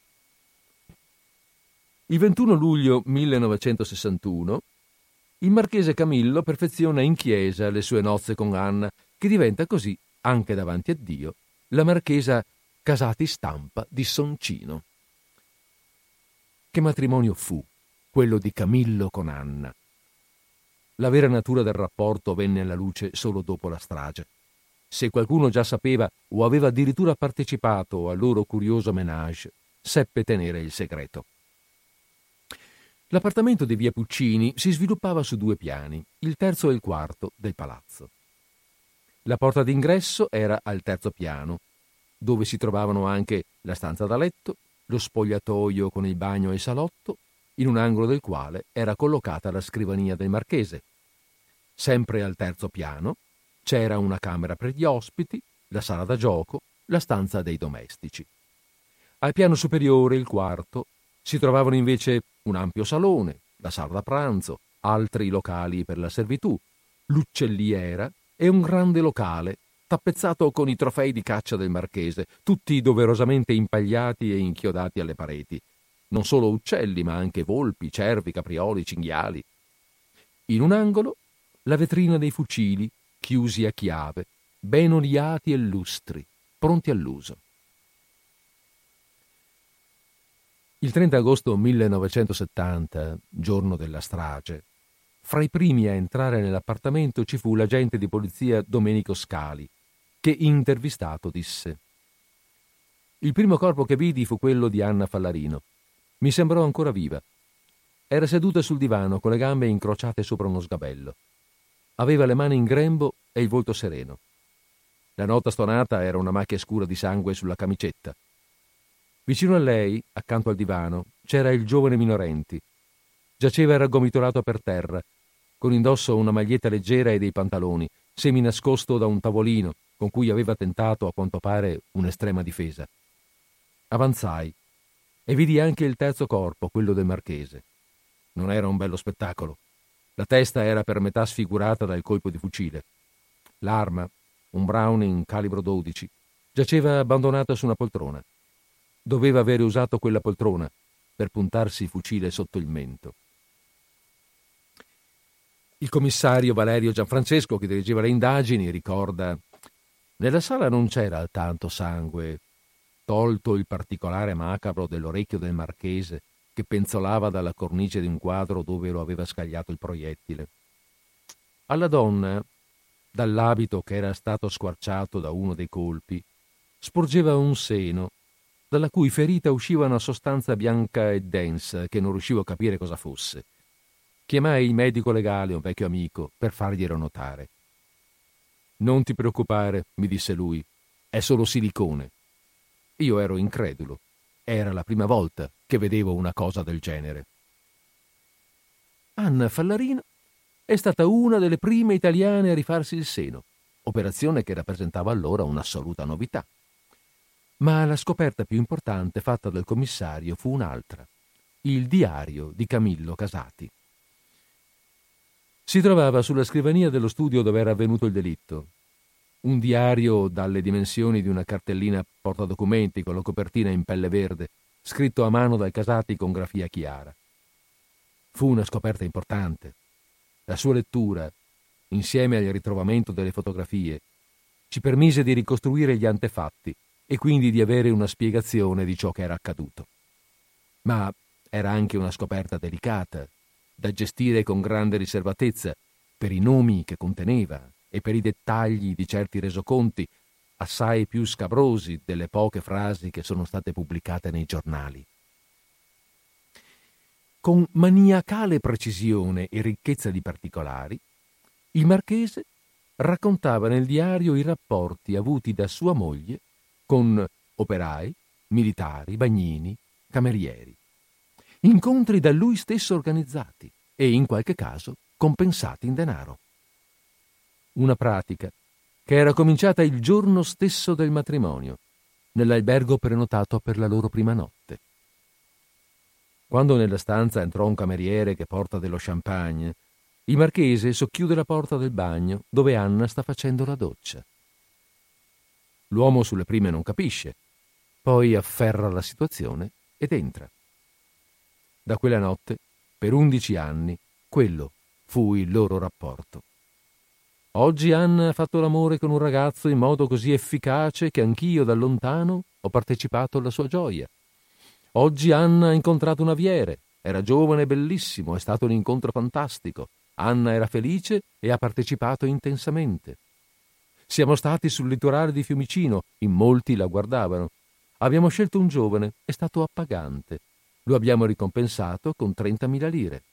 Il ventuno luglio millenovecentosessantuno il marchese Camillo perfeziona in chiesa le sue nozze con Anna, che diventa così, anche davanti a Dio, la marchesa Casati Stampa di Soncino. Che matrimonio fu quello di Camillo con Anna? La vera natura del rapporto venne alla luce solo dopo la strage. Se qualcuno già sapeva o aveva addirittura partecipato al loro curioso ménage, seppe tenere il segreto. L'appartamento di via Puccini si sviluppava su due piani, il terzo e il quarto del palazzo. La porta d'ingresso era al terzo piano, dove si trovavano anche la stanza da letto, lo spogliatoio con il bagno e il salotto, in un angolo del quale era collocata la scrivania del marchese. Sempre al terzo piano c'era una camera per gli ospiti, la sala da gioco, la stanza dei domestici. Al piano superiore, il quarto, si trovavano invece un ampio salone, la sala da pranzo, altri locali per la servitù, l'uccelliera e un grande locale tappezzato con i trofei di caccia del marchese, tutti doverosamente impagliati e inchiodati alle pareti. Non solo uccelli, ma anche volpi, cervi, caprioli, cinghiali. In un angolo la vetrina dei fucili, chiusi a chiave, ben oliati e lustri, pronti all'uso. Il trenta agosto millenovecentosettanta, giorno della strage, fra i primi a entrare nell'appartamento ci fu l'agente di polizia Domenico Scali, che intervistato disse: «Il primo corpo che vidi fu quello di Anna Fallarino. Mi sembrò ancora viva. Era seduta sul divano con le gambe incrociate sopra uno sgabello. Aveva le mani in grembo e il volto sereno. La nota stonata era una macchia scura di sangue sulla camicetta. Vicino a lei, accanto al divano, c'era il giovane Minorenti. Giaceva raggomitolato per terra, con indosso una maglietta leggera e dei pantaloni, semi nascosto da un tavolino con cui aveva tentato, a quanto pare, un'estrema difesa. Avanzai e vidi anche il terzo corpo, quello del marchese. Non era un bello spettacolo. La testa era per metà sfigurata dal colpo di fucile. L'arma, un Browning calibro dodici, giaceva abbandonata su una poltrona. Doveva avere usato quella poltrona per puntarsi il fucile sotto il mento. Il commissario Valerio Gianfrancesco, che dirigeva le indagini, ricorda: «Nella sala non c'era tanto sangue, tolto il particolare macabro dell'orecchio del marchese che penzolava dalla cornice di un quadro dove lo aveva scagliato il proiettile. Alla donna, dall'abito che era stato squarciato da uno dei colpi, sporgeva un seno, dalla cui ferita usciva una sostanza bianca e densa che non riuscivo a capire cosa fosse. Chiamai il medico legale, un vecchio amico, per farglielo notare. «Non ti preoccupare», mi disse lui, «è solo silicone». Io ero incredulo. Era la prima volta che vedevo una cosa del genere. Anna Fallarino è stata una delle prime italiane a rifarsi il seno, operazione che rappresentava allora un'assoluta novità. Ma la scoperta più importante fatta dal commissario fu un'altra: il diario di Camillo Casati. Si trovava sulla scrivania dello studio dove era avvenuto il delitto. Un diario dalle dimensioni di una cartellina portadocumenti con la copertina in pelle verde, scritto a mano dal Casati con grafia chiara. Fu una scoperta importante. La sua lettura, insieme al ritrovamento delle fotografie, ci permise di ricostruire gli antefatti e quindi di avere una spiegazione di ciò che era accaduto. Ma era anche una scoperta delicata, da gestire con grande riservatezza, per i nomi che conteneva e per i dettagli di certi resoconti, assai più scabrosi delle poche frasi che sono state pubblicate nei giornali. Con maniacale precisione e ricchezza di particolari, il marchese raccontava nel diario i rapporti avuti da sua moglie con operai, militari, bagnini, camerieri. Incontri da lui stesso organizzati e, in qualche caso, compensati in denaro. Una pratica che era cominciata il giorno stesso del matrimonio, nell'albergo prenotato per la loro prima notte. Quando nella stanza entrò un cameriere che porta dello champagne, il marchese socchiude la porta del bagno dove Anna sta facendo la doccia. L'uomo sulle prime non capisce, poi afferra la situazione ed entra. Da quella notte, per undici anni, quello fu il loro rapporto. Oggi Anna ha fatto l'amore con un ragazzo in modo così efficace che anch'io da lontano ho partecipato alla sua gioia. Oggi Anna ha incontrato un aviere, era giovane e bellissimo, è stato un incontro fantastico. Anna era felice e ha partecipato intensamente. Siamo stati sul litorale di Fiumicino, in molti la guardavano. Abbiamo scelto un giovane, è stato appagante. Lo abbiamo ricompensato con trentamila lire.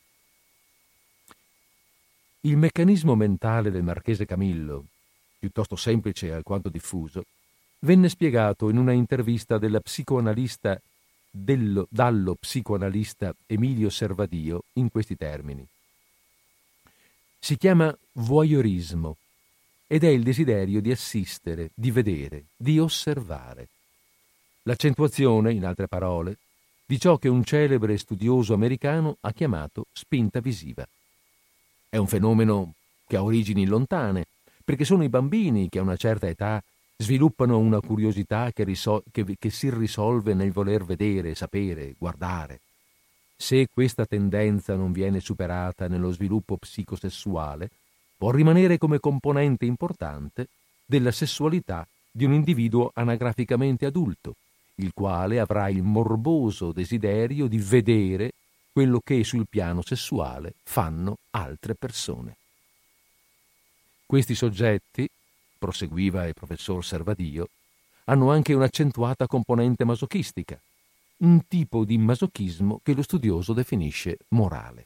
Il meccanismo mentale del marchese Camillo, piuttosto semplice e alquanto diffuso, venne spiegato in una intervista della psicoanalista dello, dallo psicoanalista Emilio Servadio in questi termini. Si chiama voyeurismo ed è il desiderio di assistere, di vedere, di osservare. L'accentuazione, in altre parole, di ciò che un celebre studioso americano ha chiamato spinta visiva. È un fenomeno che ha origini lontane, perché sono i bambini che a una certa età sviluppano una curiosità che, risol- che, che si risolve nel voler vedere, sapere, guardare. Se questa tendenza non viene superata nello sviluppo psicosessuale, può rimanere come componente importante della sessualità di un individuo anagraficamente adulto, il quale avrà il morboso desiderio di vedere quello che sul piano sessuale fanno altre persone. Questi soggetti, proseguiva il professor Servadio, hanno anche un'accentuata componente masochistica, un tipo di masochismo che lo studioso definisce morale.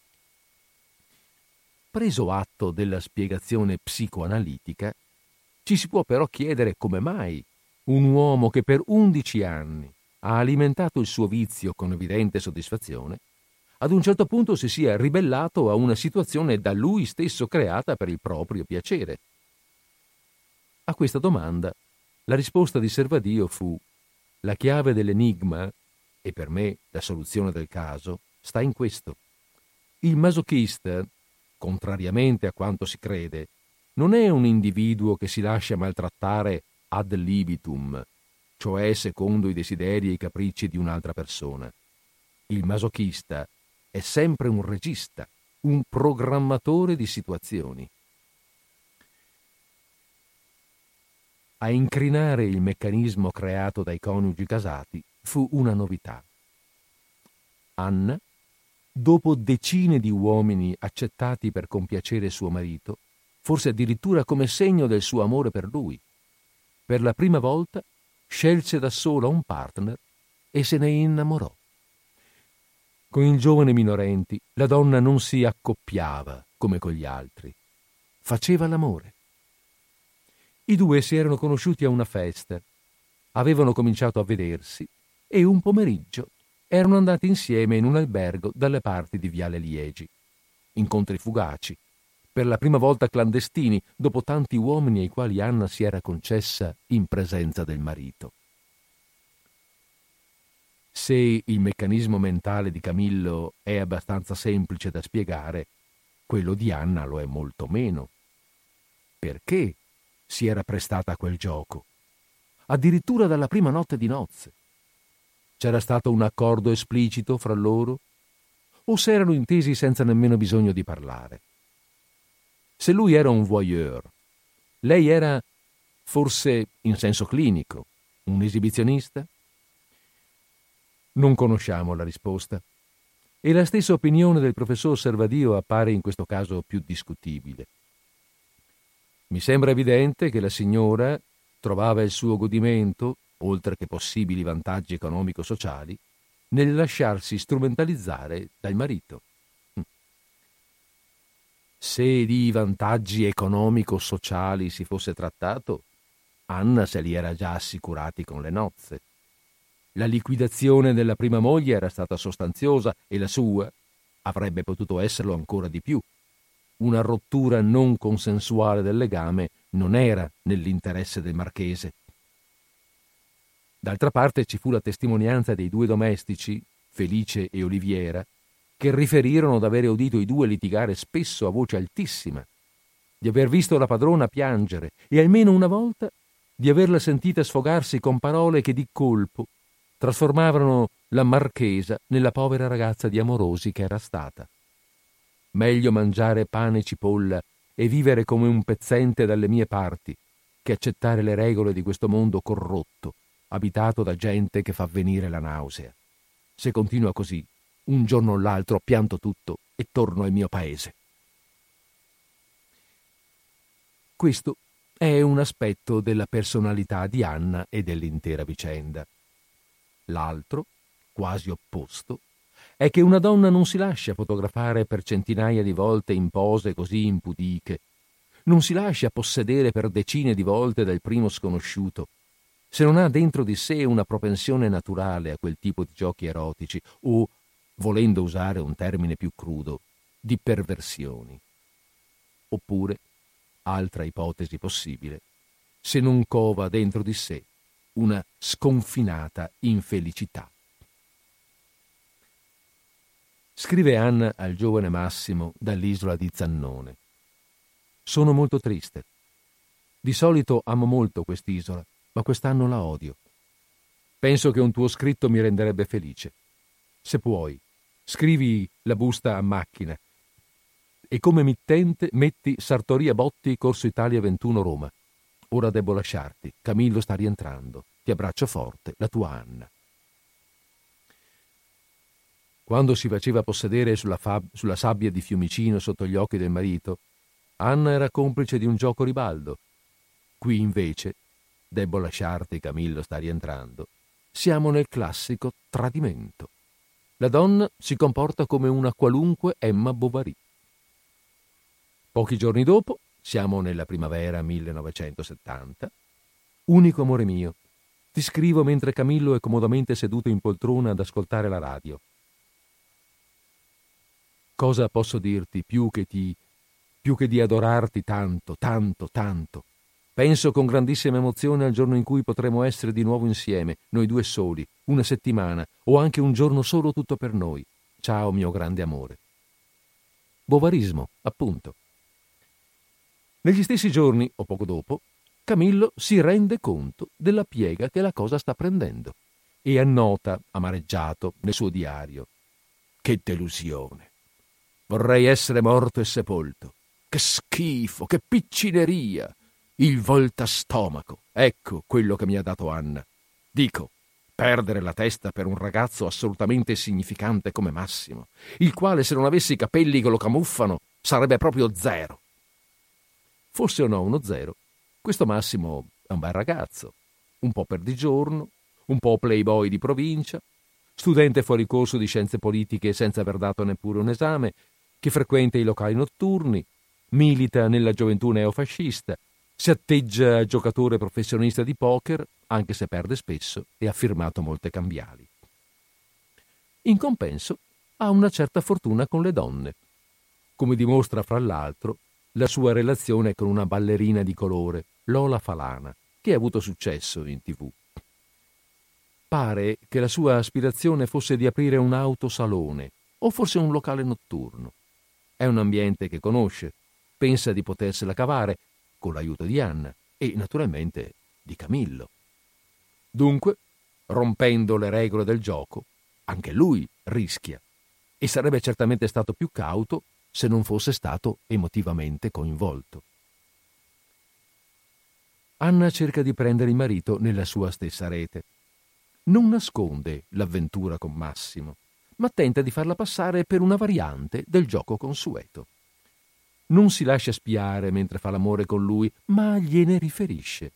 Preso atto della spiegazione psicoanalitica, ci si può però chiedere come mai un uomo che per undici anni ha alimentato il suo vizio con evidente soddisfazione, ad un certo punto si sia ribellato a una situazione da lui stesso creata per il proprio piacere. A questa domanda la risposta di Servadio fu: la chiave dell'enigma, e per me la soluzione del caso, sta in questo. Il masochista, contrariamente a quanto si crede, non è un individuo che si lascia maltrattare ad libitum, cioè secondo i desideri e i capricci di un'altra persona. Il masochista è sempre un regista, un programmatore di situazioni. A incrinare il meccanismo creato dai coniugi casati fu una novità. Anna, dopo decine di uomini accettati per compiacere suo marito, forse addirittura come segno del suo amore per lui, per la prima volta scelse da sola un partner e se ne innamorò. Con il giovane minorenti la donna non si accoppiava come con gli altri, faceva l'amore. I due si erano conosciuti a una festa, avevano cominciato a vedersi e un pomeriggio erano andati insieme in un albergo dalle parti di Viale Liegi. Incontri fugaci, per la prima volta clandestini, dopo tanti uomini ai quali Anna si era concessa in presenza del marito. Se il meccanismo mentale di Camillo è abbastanza semplice da spiegare, quello di Anna lo è molto meno. Perché si era prestata a quel gioco? Addirittura dalla prima notte di nozze. C'era stato un accordo esplicito fra loro? o se erano intesi senza nemmeno bisogno di parlare. Se lui era un voyeur, lei era, forse in senso clinico, un esibizionista? Non conosciamo la risposta, e la stessa opinione del professor Servadio appare in questo caso più discutibile. Mi sembra evidente che la signora trovava il suo godimento, oltre che possibili vantaggi economico-sociali, nel lasciarsi strumentalizzare dal marito. Se di vantaggi economico-sociali si fosse trattato, Anna se li era già assicurati con le nozze. La liquidazione della prima moglie era stata sostanziosa e la sua avrebbe potuto esserlo ancora di più. Una rottura non consensuale del legame non era nell'interesse del marchese. D'altra parte ci fu la testimonianza dei due domestici, Felice e Oliviera, che riferirono d'avere udito i due litigare spesso a voce altissima, di aver visto la padrona piangere e almeno una volta di averla sentita sfogarsi con parole che di colpo trasformavano la marchesa nella povera ragazza di Amorosi che era stata. Meglio mangiare pane e cipolla e vivere come un pezzente dalle mie parti che accettare le regole di questo mondo corrotto, abitato da gente che fa venire la nausea. Se continua così, un giorno o l'altro pianto tutto e torno al mio paese. Questo è un aspetto della personalità di Anna e dell'intera vicenda. L'altro, quasi opposto, è che una donna non si lascia fotografare per centinaia di volte in pose così impudiche, non si lascia possedere per decine di volte dal primo sconosciuto, se non ha dentro di sé una propensione naturale a quel tipo di giochi erotici o, volendo usare un termine più crudo, di perversioni. Oppure, altra ipotesi possibile, se non cova dentro di sé una sconfinata infelicità. Scrive Anna al giovane Massimo dall'isola di Zannone. Sono molto triste. Di solito amo molto quest'isola, ma quest'anno la odio. Penso che un tuo scritto mi renderebbe felice. Se puoi, scrivi la busta a macchina e come mittente metti Sartoria Botti, Corso Italia ventuno, Roma. Ora debbo lasciarti. Camillo sta rientrando. Ti abbraccio forte, la tua Anna. Quando si faceva possedere sulla, fab- sulla sabbia di Fiumicino sotto gli occhi del marito, Anna era complice di un gioco ribaldo. Qui invece, debbo lasciarti, Camillo sta rientrando, siamo nel classico tradimento. La donna si comporta come una qualunque Emma Bovary. Pochi giorni dopo, siamo nella primavera millenovecentosettanta. Unico amore mio, ti scrivo mentre Camillo è comodamente seduto in poltrona ad ascoltare la radio. Cosa posso dirti più che ti più che di adorarti tanto, tanto, tanto? Penso con grandissima emozione al giorno in cui potremo essere di nuovo insieme, noi due soli, una settimana o anche un giorno solo tutto per noi. Ciao mio grande amore. Bovarismo, appunto. Negli stessi giorni, o poco dopo, Camillo si rende conto della piega che la cosa sta prendendo e annota, amareggiato, nel suo diario: che delusione! Vorrei essere morto e sepolto. Che schifo, che piccineria! Il voltastomaco, ecco quello che mi ha dato Anna. Dico, perdere la testa per un ragazzo assolutamente insignificante come Massimo, il quale se non avesse i capelli che lo camuffano sarebbe proprio zero. Fosse o no uno zero, questo Massimo è un bel ragazzo, un po' perdigiorno, un po' playboy di provincia, studente fuori corso di scienze politiche senza aver dato neppure un esame, che frequenta i locali notturni, milita nella gioventù neofascista, si atteggia a giocatore professionista di poker, anche se perde spesso, e ha firmato molte cambiali. In compenso ha una certa fortuna con le donne, come dimostra fra l'altro la sua relazione con una ballerina di colore, Lola Falana, che ha avuto successo in tivù. Pare che la sua aspirazione fosse di aprire un autosalone o forse un locale notturno. È un ambiente che conosce, pensa di potersela cavare con l'aiuto di Anna e naturalmente di Camillo. Dunque, rompendo le regole del gioco, anche lui rischia. e sarebbe certamente stato più cauto se non fosse stato emotivamente coinvolto. Anna cerca di prendere il marito nella sua stessa rete. Non nasconde l'avventura con Massimo, ma tenta di farla passare per una variante del gioco consueto. Non si lascia spiare mentre fa l'amore con lui, ma gliene riferisce.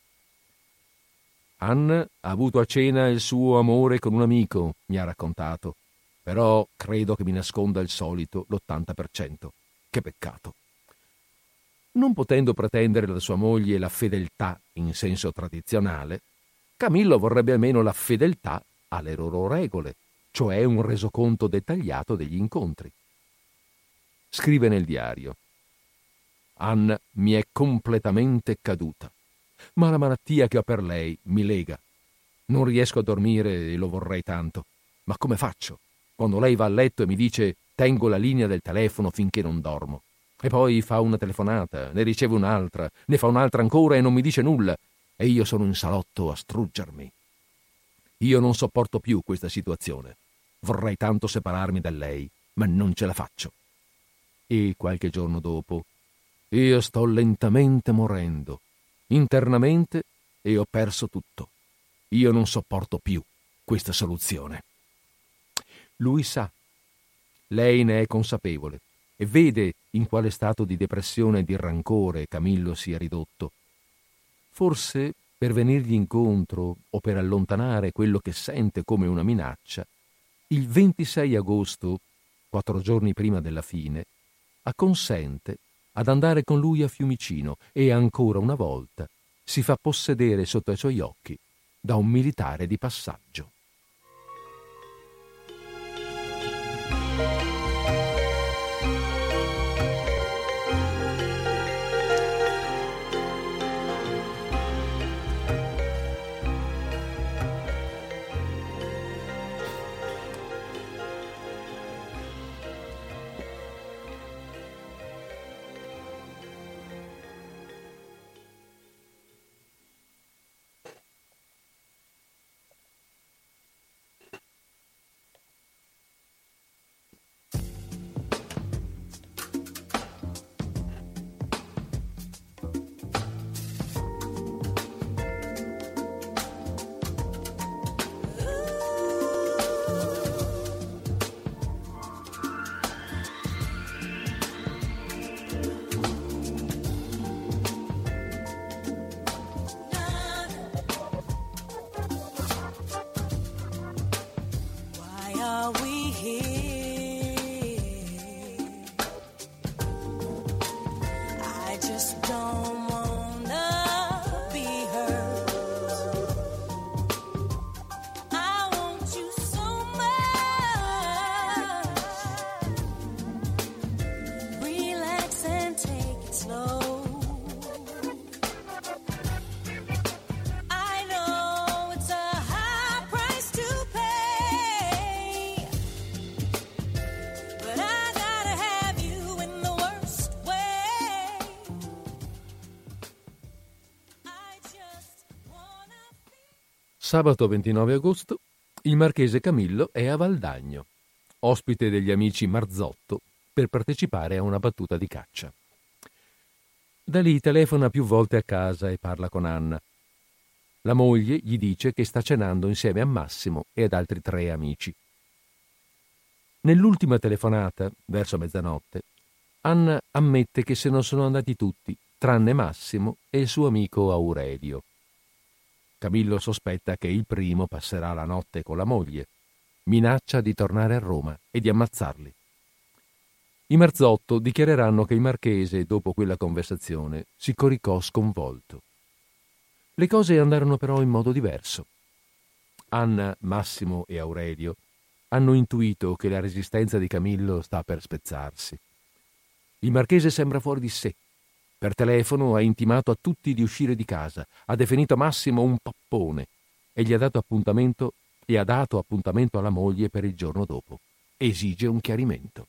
Anna ha avuto a cena il suo amore con un amico, mi ha raccontato, però credo che mi nasconda il solito l'ottanta per cento. Che peccato. Non potendo pretendere da sua moglie la fedeltà in senso tradizionale, Camillo vorrebbe almeno la fedeltà alle loro regole, cioè un resoconto dettagliato degli incontri. Scrive nel diario: Anna mi è completamente caduta, ma la malattia che ho per lei mi lega. Non riesco a dormire e lo vorrei tanto, ma come faccio? Quando lei va a letto e mi dice tengo la linea del telefono finché non dormo, e poi fa una telefonata, ne riceve un'altra, ne fa un'altra ancora e non mi dice nulla, e io sono in salotto a struggermi. Io non sopporto più questa situazione. Vorrei tanto separarmi da lei, ma non ce la faccio. E qualche giorno dopo: io sto lentamente morendo, internamente, e ho perso tutto. Io non sopporto più questa soluzione. Lui sa. Lei ne è consapevole e vede in quale stato di depressione e di rancore Camillo sia ridotto. Forse per venirgli incontro o per allontanare quello che sente come una minaccia, il ventisei agosto, quattro giorni prima della fine, acconsente ad andare con lui a Fiumicino e ancora una volta si fa possedere sotto i suoi occhi da un militare di passaggio. Sabato ventinove agosto, il marchese Camillo è a Valdagno, ospite degli amici Marzotto, per partecipare a una battuta di caccia. Da lì telefona più volte a casa e parla con Anna. La moglie gli dice che sta cenando insieme a Massimo e ad altri tre amici. Nell'ultima telefonata, verso mezzanotte, Anna ammette che se ne sono andati tutti, tranne Massimo e il suo amico Aurelio. Camillo sospetta che il primo passerà la notte con la moglie, minaccia di tornare a Roma e di ammazzarli. I Marzotto dichiareranno che il marchese, dopo quella conversazione, si coricò sconvolto. Le cose andarono però in modo diverso. Anna, Massimo e Aurelio hanno intuito che la resistenza di Camillo sta per spezzarsi. Il marchese sembra fuori di sé. Per telefono ha intimato a tutti di uscire di casa, ha definito Massimo un pappone e gli ha dato appuntamento e ha dato appuntamento alla moglie per il giorno dopo. Esige un chiarimento.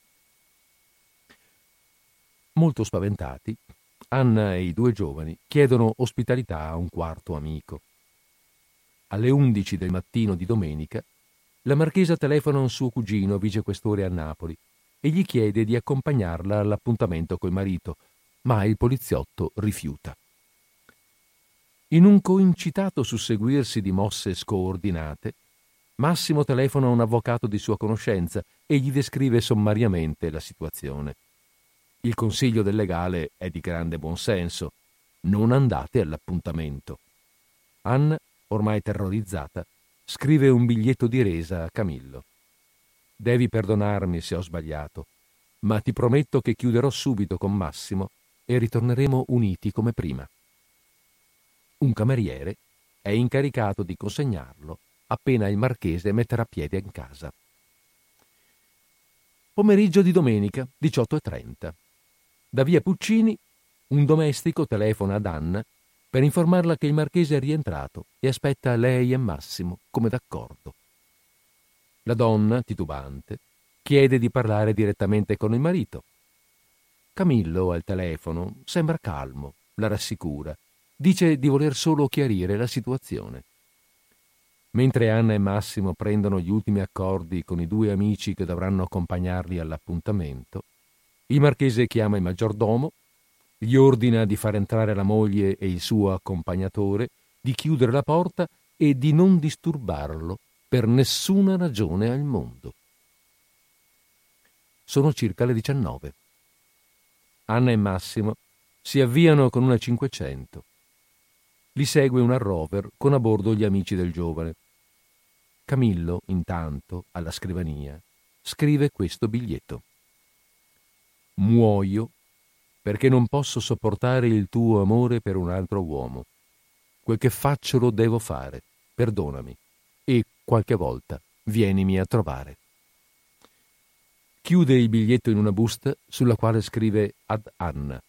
Molto spaventati, Anna e i due giovani chiedono ospitalità a un quarto amico. Alle undici del mattino di domenica, la marchesa telefona a un suo cugino, vicequestore a Napoli, e gli chiede di accompagnarla all'appuntamento col marito, ma il poliziotto rifiuta. In un coincitato susseguirsi di mosse scoordinate, Massimo telefona a un avvocato di sua conoscenza e gli descrive sommariamente la situazione. Il consiglio del legale è di grande buonsenso: non andate all'appuntamento. Anna, ormai terrorizzata, scrive un biglietto di resa a Camillo. Devi perdonarmi se ho sbagliato, ma ti prometto che chiuderò subito con Massimo e ritorneremo uniti come prima. Un cameriere è incaricato di consegnarlo appena il marchese metterà piede in casa. Pomeriggio di domenica, diciotto e trenta. Da via Puccini, un domestico telefona ad Anna per informarla che il marchese è rientrato e aspetta lei e Massimo, come d'accordo. La donna, titubante, chiede di parlare direttamente con il marito. Camillo, al telefono, sembra calmo, la rassicura, dice di voler solo chiarire la situazione. Mentre Anna e Massimo prendono gli ultimi accordi con i due amici che dovranno accompagnarli all'appuntamento, il marchese chiama il maggiordomo, gli ordina di far entrare la moglie e il suo accompagnatore, di chiudere la porta e di non disturbarlo per nessuna ragione al mondo. Sono circa le diciannove. Anna e Massimo si avviano con una cinquecento. Li segue una Rover con a bordo gli amici del giovane. Camillo, intanto, alla scrivania, scrive questo biglietto. Muoio perché non posso sopportare il tuo amore per un altro uomo. Quel che faccio lo devo fare, perdonami, e qualche volta vienimi a trovare. Chiude il biglietto in una busta sulla quale scrive ad Anna.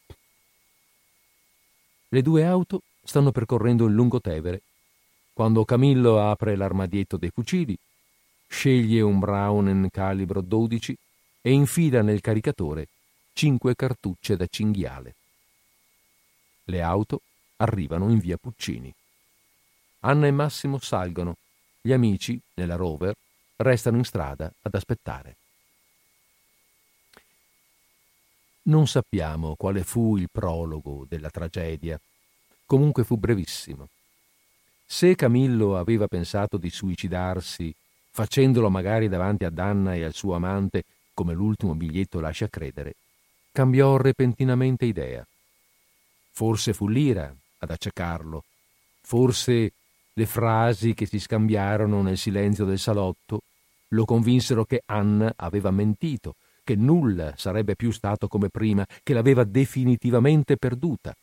Le due auto stanno percorrendo il Lungotevere quando Camillo apre l'armadietto dei fucili, sceglie un Browning calibro dodici e infila nel caricatore cinque cartucce da cinghiale. Le auto arrivano in via Puccini. Anna e Massimo salgono. Gli amici, nella Rover, restano in strada ad aspettare. Non sappiamo quale fu il prologo della tragedia. Comunque fu brevissimo. Se Camillo aveva pensato di suicidarsi, facendolo magari davanti ad Anna e al suo amante, come l'ultimo biglietto lascia credere, cambiò repentinamente idea. Forse fu l'ira ad accecarlo, forse le frasi che si scambiarono nel silenzio del salotto lo convinsero che Anna aveva mentito, che nulla sarebbe più stato come prima, che l'aveva definitivamente perduta.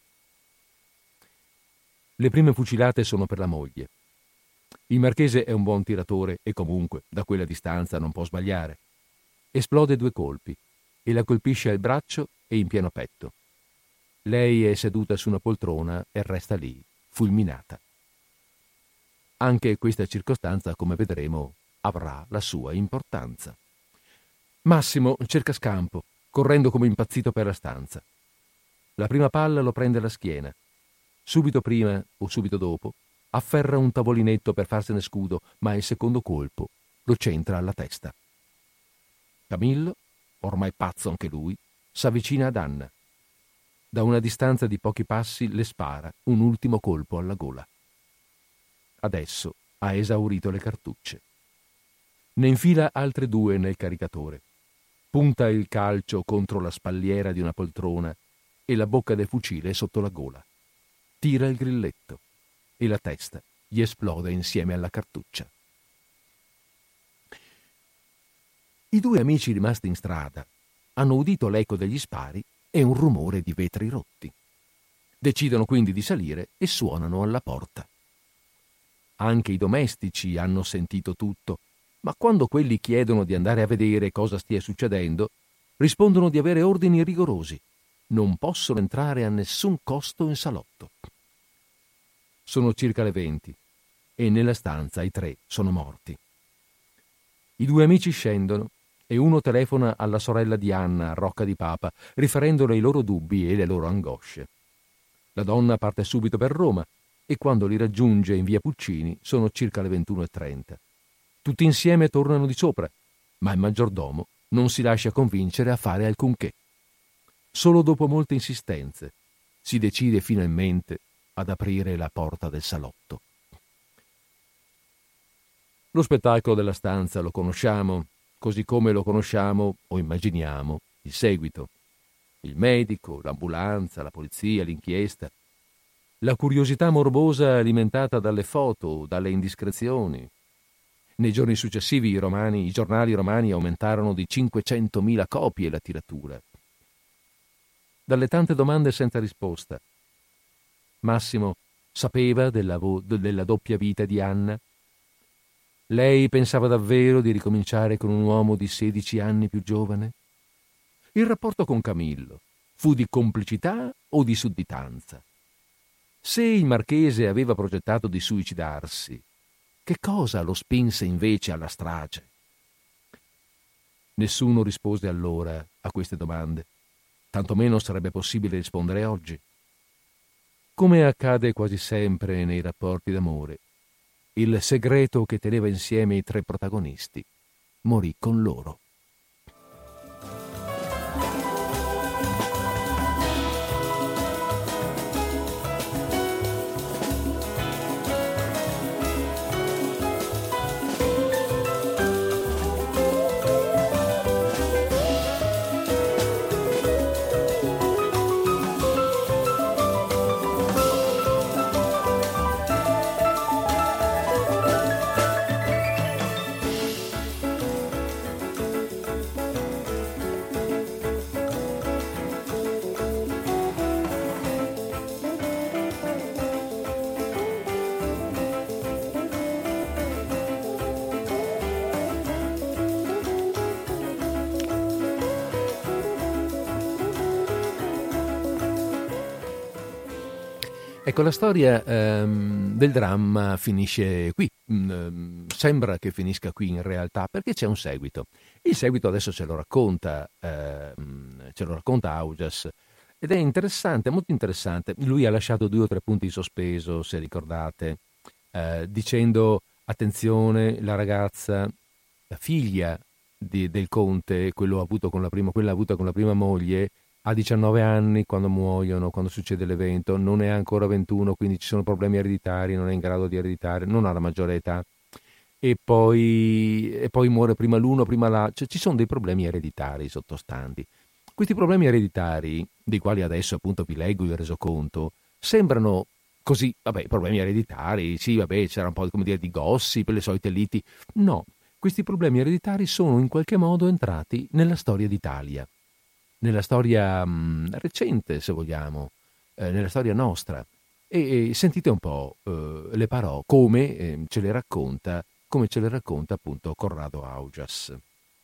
Le prime fucilate sono per la moglie. Il marchese è un buon tiratore e comunque da quella distanza non può sbagliare. Esplode due colpi e la colpisce al braccio e in pieno petto. Lei è seduta su una poltrona e resta lì, fulminata. Anche questa circostanza, come vedremo, avrà la sua importanza. Massimo cerca scampo, correndo come impazzito per la stanza. La prima palla lo prende alla schiena. Subito prima o subito dopo afferra un tavolinetto per farsene scudo, ma il secondo colpo lo centra alla testa. Camillo, ormai pazzo anche lui, s'avvicina ad Anna. Da una distanza di pochi passi le spara un ultimo colpo alla gola. Adesso ha esaurito le cartucce. Ne infila altre due nel caricatore. Punta il calcio contro la spalliera di una poltrona e la bocca del fucile sotto la gola. Tira il grilletto e la testa gli esplode insieme alla cartuccia. I due amici rimasti in strada hanno udito l'eco degli spari e un rumore di vetri rotti. Decidono quindi di salire e suonano alla porta. Anche i domestici hanno sentito tutto, ma quando quelli chiedono di andare a vedere cosa stia succedendo, rispondono di avere ordini rigorosi. Non possono entrare a nessun costo in salotto. Sono circa le venti e nella stanza i tre sono morti. I due amici scendono e uno telefona alla sorella di Anna, Rocca di Papa, riferendole i loro dubbi e le loro angosce. La donna parte subito per Roma e quando li raggiunge in via Puccini sono circa le ventuno e trenta. Tutti insieme tornano di sopra, ma il maggiordomo non si lascia convincere a fare alcunché. Solo dopo molte insistenze si decide finalmente ad aprire la porta del salotto. Lo spettacolo della stanza lo conosciamo, così come lo conosciamo o immaginiamo il seguito. Il medico, l'ambulanza, la polizia, l'inchiesta, la curiosità morbosa alimentata dalle foto, dalle indiscrezioni. Nei giorni successivi i, romani, i giornali romani aumentarono di cinquecentomila copie la tiratura. Dalle tante domande senza risposta, Massimo sapeva della, vo- della doppia vita di Anna? Lei pensava davvero di ricominciare con un uomo di sedici anni più giovane? Il rapporto con Camillo fu di complicità o di sudditanza? Se il marchese aveva progettato di suicidarsi, che cosa lo spinse invece alla strage? Nessuno rispose allora a queste domande, tantomeno sarebbe possibile rispondere oggi. Come accade quasi sempre nei rapporti d'amore, il segreto che teneva insieme i tre protagonisti morì con loro. Ecco, la storia ehm, del dramma finisce qui. Mm, sembra che finisca qui in realtà, perché c'è un seguito. Il seguito adesso ce lo racconta, ehm, ce lo racconta Augias, ed è interessante, molto interessante. Lui ha lasciato due o tre punti in sospeso, se ricordate, eh, dicendo: attenzione, la ragazza, la figlia di, del conte, quello avuto con la prima, quella avuta con la prima moglie, ha diciannove anni quando muoiono, quando succede l'evento, non è ancora ventuno, quindi ci sono problemi ereditari, non è in grado di ereditare, non ha la maggiore età, e poi, e poi muore prima l'uno, prima l'altro, cioè ci sono dei problemi ereditari sottostanti. Questi problemi ereditari, dei quali adesso appunto vi leggo il resoconto, sembrano così, vabbè, problemi ereditari, sì, vabbè, c'era un po' come dire di gossip, le solite liti. No, questi problemi ereditari sono in qualche modo entrati nella storia d'Italia. Nella storia mh, recente, se vogliamo, eh, nella storia nostra. E, e sentite un po' eh, le parole, come eh, ce le racconta, come ce le racconta appunto Corrado Augias.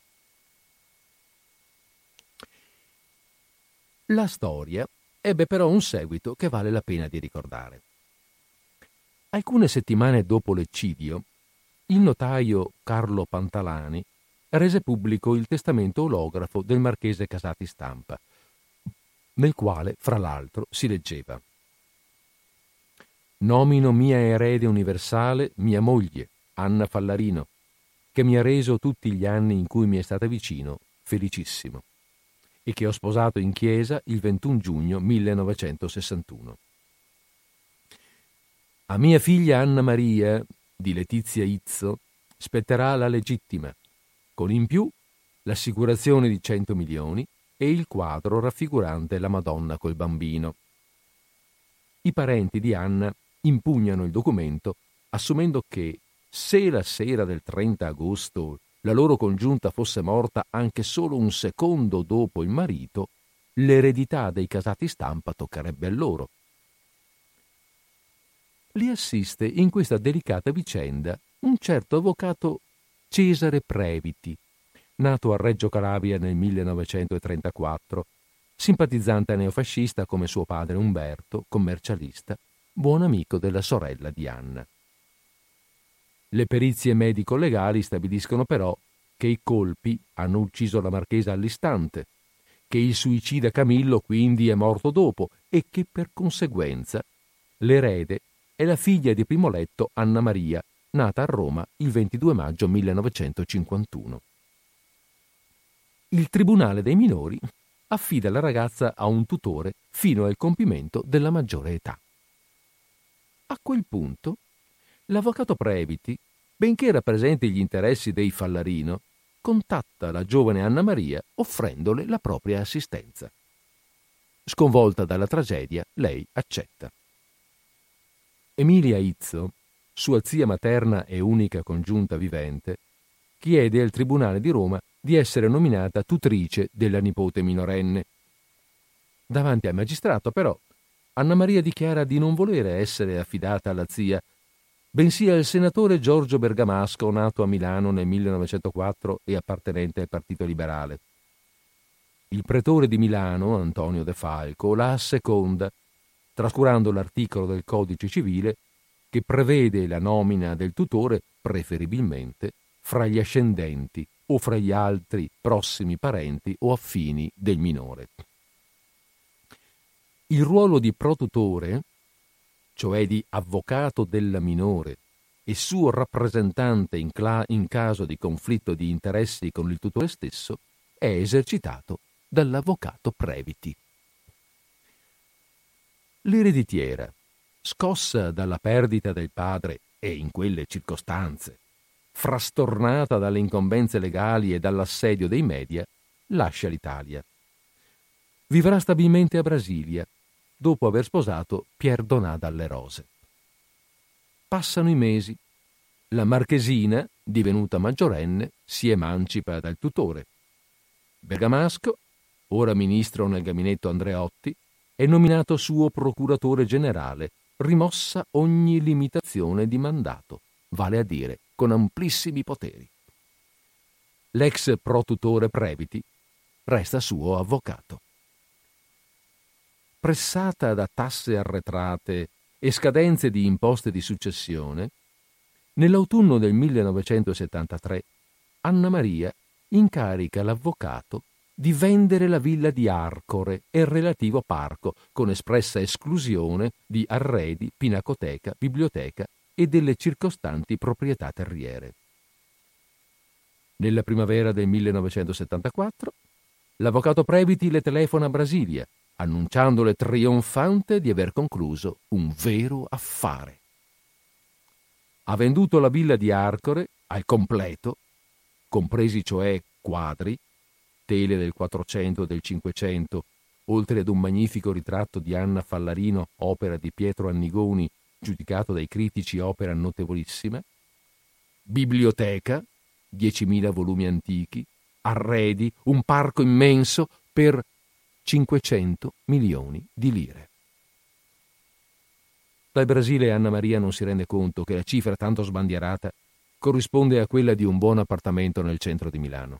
La storia ebbe però un seguito che vale la pena di ricordare. Alcune settimane dopo l'eccidio, il notaio Carlo Pantalani rese pubblico il testamento olografo del marchese Casati Stampa, nel quale, fra l'altro, si leggeva: «Nomino mia erede universale mia moglie, Anna Fallarino, che mi ha reso tutti gli anni in cui mi è stata vicino felicissimo, e che ho sposato in chiesa il ventuno giugno millenovecentosessantuno. A mia figlia Anna Maria, di Letizia Izzo, spetterà la legittima, con in più l'assicurazione di cento milioni e il quadro raffigurante la Madonna col bambino. I parenti di Anna impugnano il documento assumendo che, se la sera del trenta agosto la loro congiunta fosse morta anche solo un secondo dopo il marito, l'eredità dei Casati Stampa toccherebbe a loro. Li assiste in questa delicata vicenda un certo avvocato Cesare Previti, nato a Reggio Calabria nel millenovecentotrentaquattro, simpatizzante neofascista come suo padre Umberto, commercialista, buon amico della sorella di Anna. Le perizie medico-legali stabiliscono però che i colpi hanno ucciso la marchesa all'istante, che il suicida Camillo quindi è morto dopo e che per conseguenza l'erede è la figlia di primo letto Anna Maria, nata a Roma il ventidue maggio millenovecentocinquantuno. Il Tribunale dei minori affida la ragazza a un tutore fino al compimento della maggiore età. A quel punto, l'avvocato Previti, benché rappresenti gli interessi dei Fallarino, contatta la giovane Anna Maria offrendole la propria assistenza. Sconvolta dalla tragedia, lei accetta. Emilia Izzo, sua zia materna e unica congiunta vivente, chiede al Tribunale di Roma di essere nominata tutrice della nipote minorenne. Davanti al magistrato, però, Anna Maria dichiara di non volere essere affidata alla zia, bensì al senatore Giorgio Bergamasco, nato a Milano nel millenovecentoquattro e appartenente al Partito Liberale. Il pretore di Milano, Antonio De Falco, la asseconda, trascurando l'articolo del Codice Civile che prevede la nomina del tutore preferibilmente fra gli ascendenti o fra gli altri prossimi parenti o affini del minore. Il ruolo di protutore, cioè di avvocato della minore e suo rappresentante in, cla- in caso di conflitto di interessi con il tutore stesso, è esercitato dall'avvocato Previti. L'ereditiera, scossa dalla perdita del padre e in quelle circostanze, frastornata dalle incombenze legali e dall'assedio dei media, lascia l'Italia. Vivrà stabilmente a Brasilia, dopo aver sposato Pier Donà dalle Rose. Passano i mesi. La marchesina, divenuta maggiorenne, si emancipa dal tutore. Bergamasco, ora ministro nel gabinetto Andreotti, è nominato suo procuratore generale, rimossa ogni limitazione di mandato, vale a dire con amplissimi poteri. L'ex protutore Previti resta suo avvocato. Pressata da tasse arretrate e scadenze di imposte di successione, nell'autunno del millenovecentosettantatré Anna Maria incarica l'avvocato di vendere la villa di Arcore e il relativo parco, con espressa esclusione di arredi, pinacoteca, biblioteca e delle circostanti proprietà terriere. Nella primavera del millenovecentosettantaquattro, l'avvocato Previti le telefona a Brasilia, annunciandole trionfante di aver concluso un vero affare. Ha venduto la villa di Arcore al completo, compresi cioè quadri, tele del Quattrocento e del Cinquecento, oltre ad un magnifico ritratto di Anna Fallarino, opera di Pietro Annigoni, giudicato dai critici opera notevolissima, biblioteca, diecimila volumi antichi, arredi, un parco immenso per cinquecento milioni di lire. Dal Brasile Anna Maria non si rende conto che la cifra tanto sbandierata corrisponde a quella di un buon appartamento nel centro di Milano.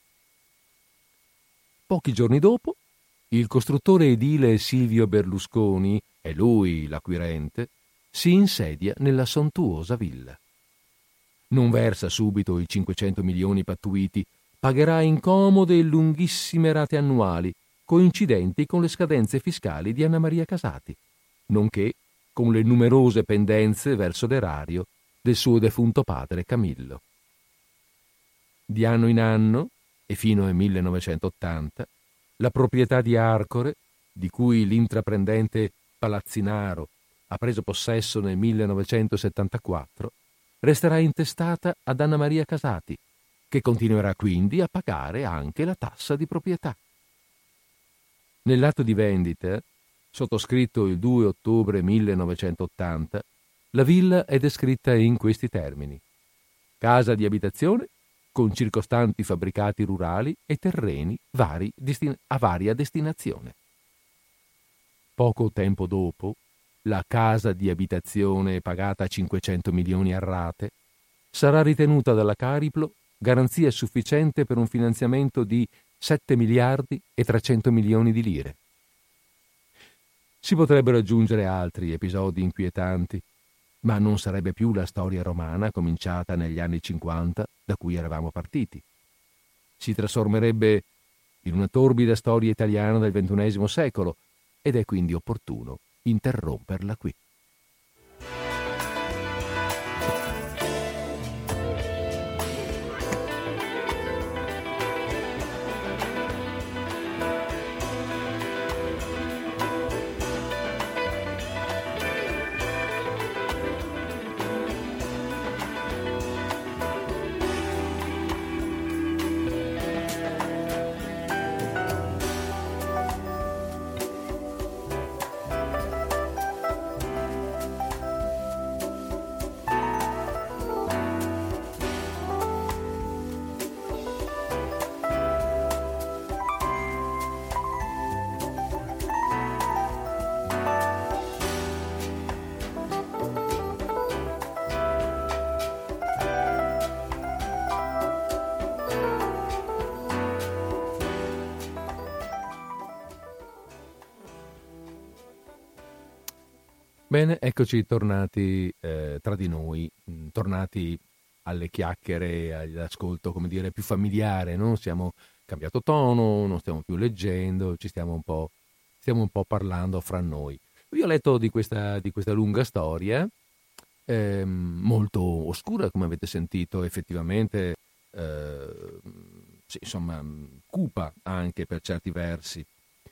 Pochi giorni dopo, il costruttore edile Silvio Berlusconi, è lui l'acquirente, si insedia nella sontuosa villa. Non versa subito i cinquecento milioni pattuiti, pagherà incomode e lunghissime rate annuali, coincidenti con le scadenze fiscali di Anna Maria Casati, nonché con le numerose pendenze verso l'erario del suo defunto padre Camillo. Di anno in anno, e fino al millenovecentottanta, la proprietà di Arcore, di cui l'intraprendente Palazzinaro ha preso possesso nel millenovecentosettantaquattro, resterà intestata ad Anna Maria Casati, che continuerà quindi a pagare anche la tassa di proprietà. Nell'atto di vendita, sottoscritto il due ottobre millenovecentottanta, la villa è descritta in questi termini: casa di abitazione con circostanti fabbricati rurali e terreni vari destin- a varia destinazione. Poco tempo dopo, la casa di abitazione pagata cinquecento milioni a rate sarà ritenuta dalla Cariplo garanzia sufficiente per un finanziamento di sette miliardi e trecento milioni di lire. Si potrebbero aggiungere altri episodi inquietanti, ma non sarebbe più la storia romana cominciata negli anni cinquanta da cui eravamo partiti. Si trasformerebbe in una torbida storia italiana del ventunesimo secolo ed è quindi opportuno interromperla qui. Bene, eccoci tornati eh, tra di noi, mh, tornati alle chiacchiere, all'ascolto, come dire, più familiare, no? Siamo cambiato tono, non stiamo più leggendo, ci stiamo un po', stiamo un po' parlando fra noi. Io ho letto di questa, di questa lunga storia, ehm, molto oscura, come avete sentito, effettivamente, eh, sì, insomma, cupa anche per certi versi.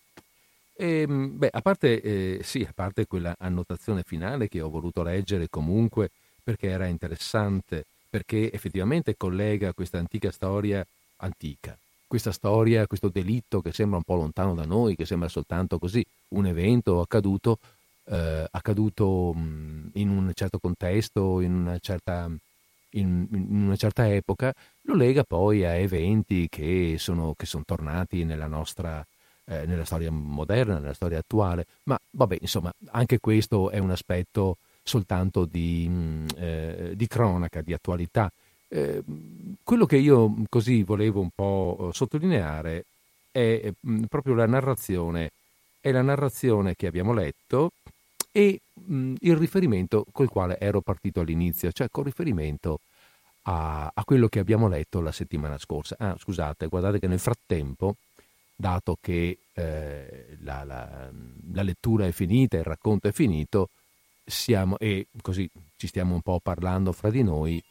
E, beh, a parte, eh, sì, a parte quella annotazione finale che ho voluto leggere comunque perché era interessante, perché effettivamente collega questa antica storia, antica, questa storia, questo delitto che sembra un po' lontano da noi, che sembra soltanto così, un evento accaduto, eh, accaduto mh, in un certo contesto, in una certa, in, in una certa epoca, lo lega poi a eventi che sono, che sono tornati nella nostra Eh, nella storia moderna, nella storia attuale, ma vabbè, insomma, anche questo è un aspetto soltanto di, mh, eh, di cronaca, di attualità. Eh, quello che io così volevo un po' sottolineare è mh, proprio la narrazione, è la narrazione che abbiamo letto e mh, il riferimento col quale ero partito all'inizio, cioè col riferimento a, a quello che abbiamo letto la settimana scorsa. Ah, scusate, guardate che nel frattempo, dato che eh, la, la, la lettura è finita, il racconto è finito, siamo, e così ci stiamo un po' parlando fra di noi,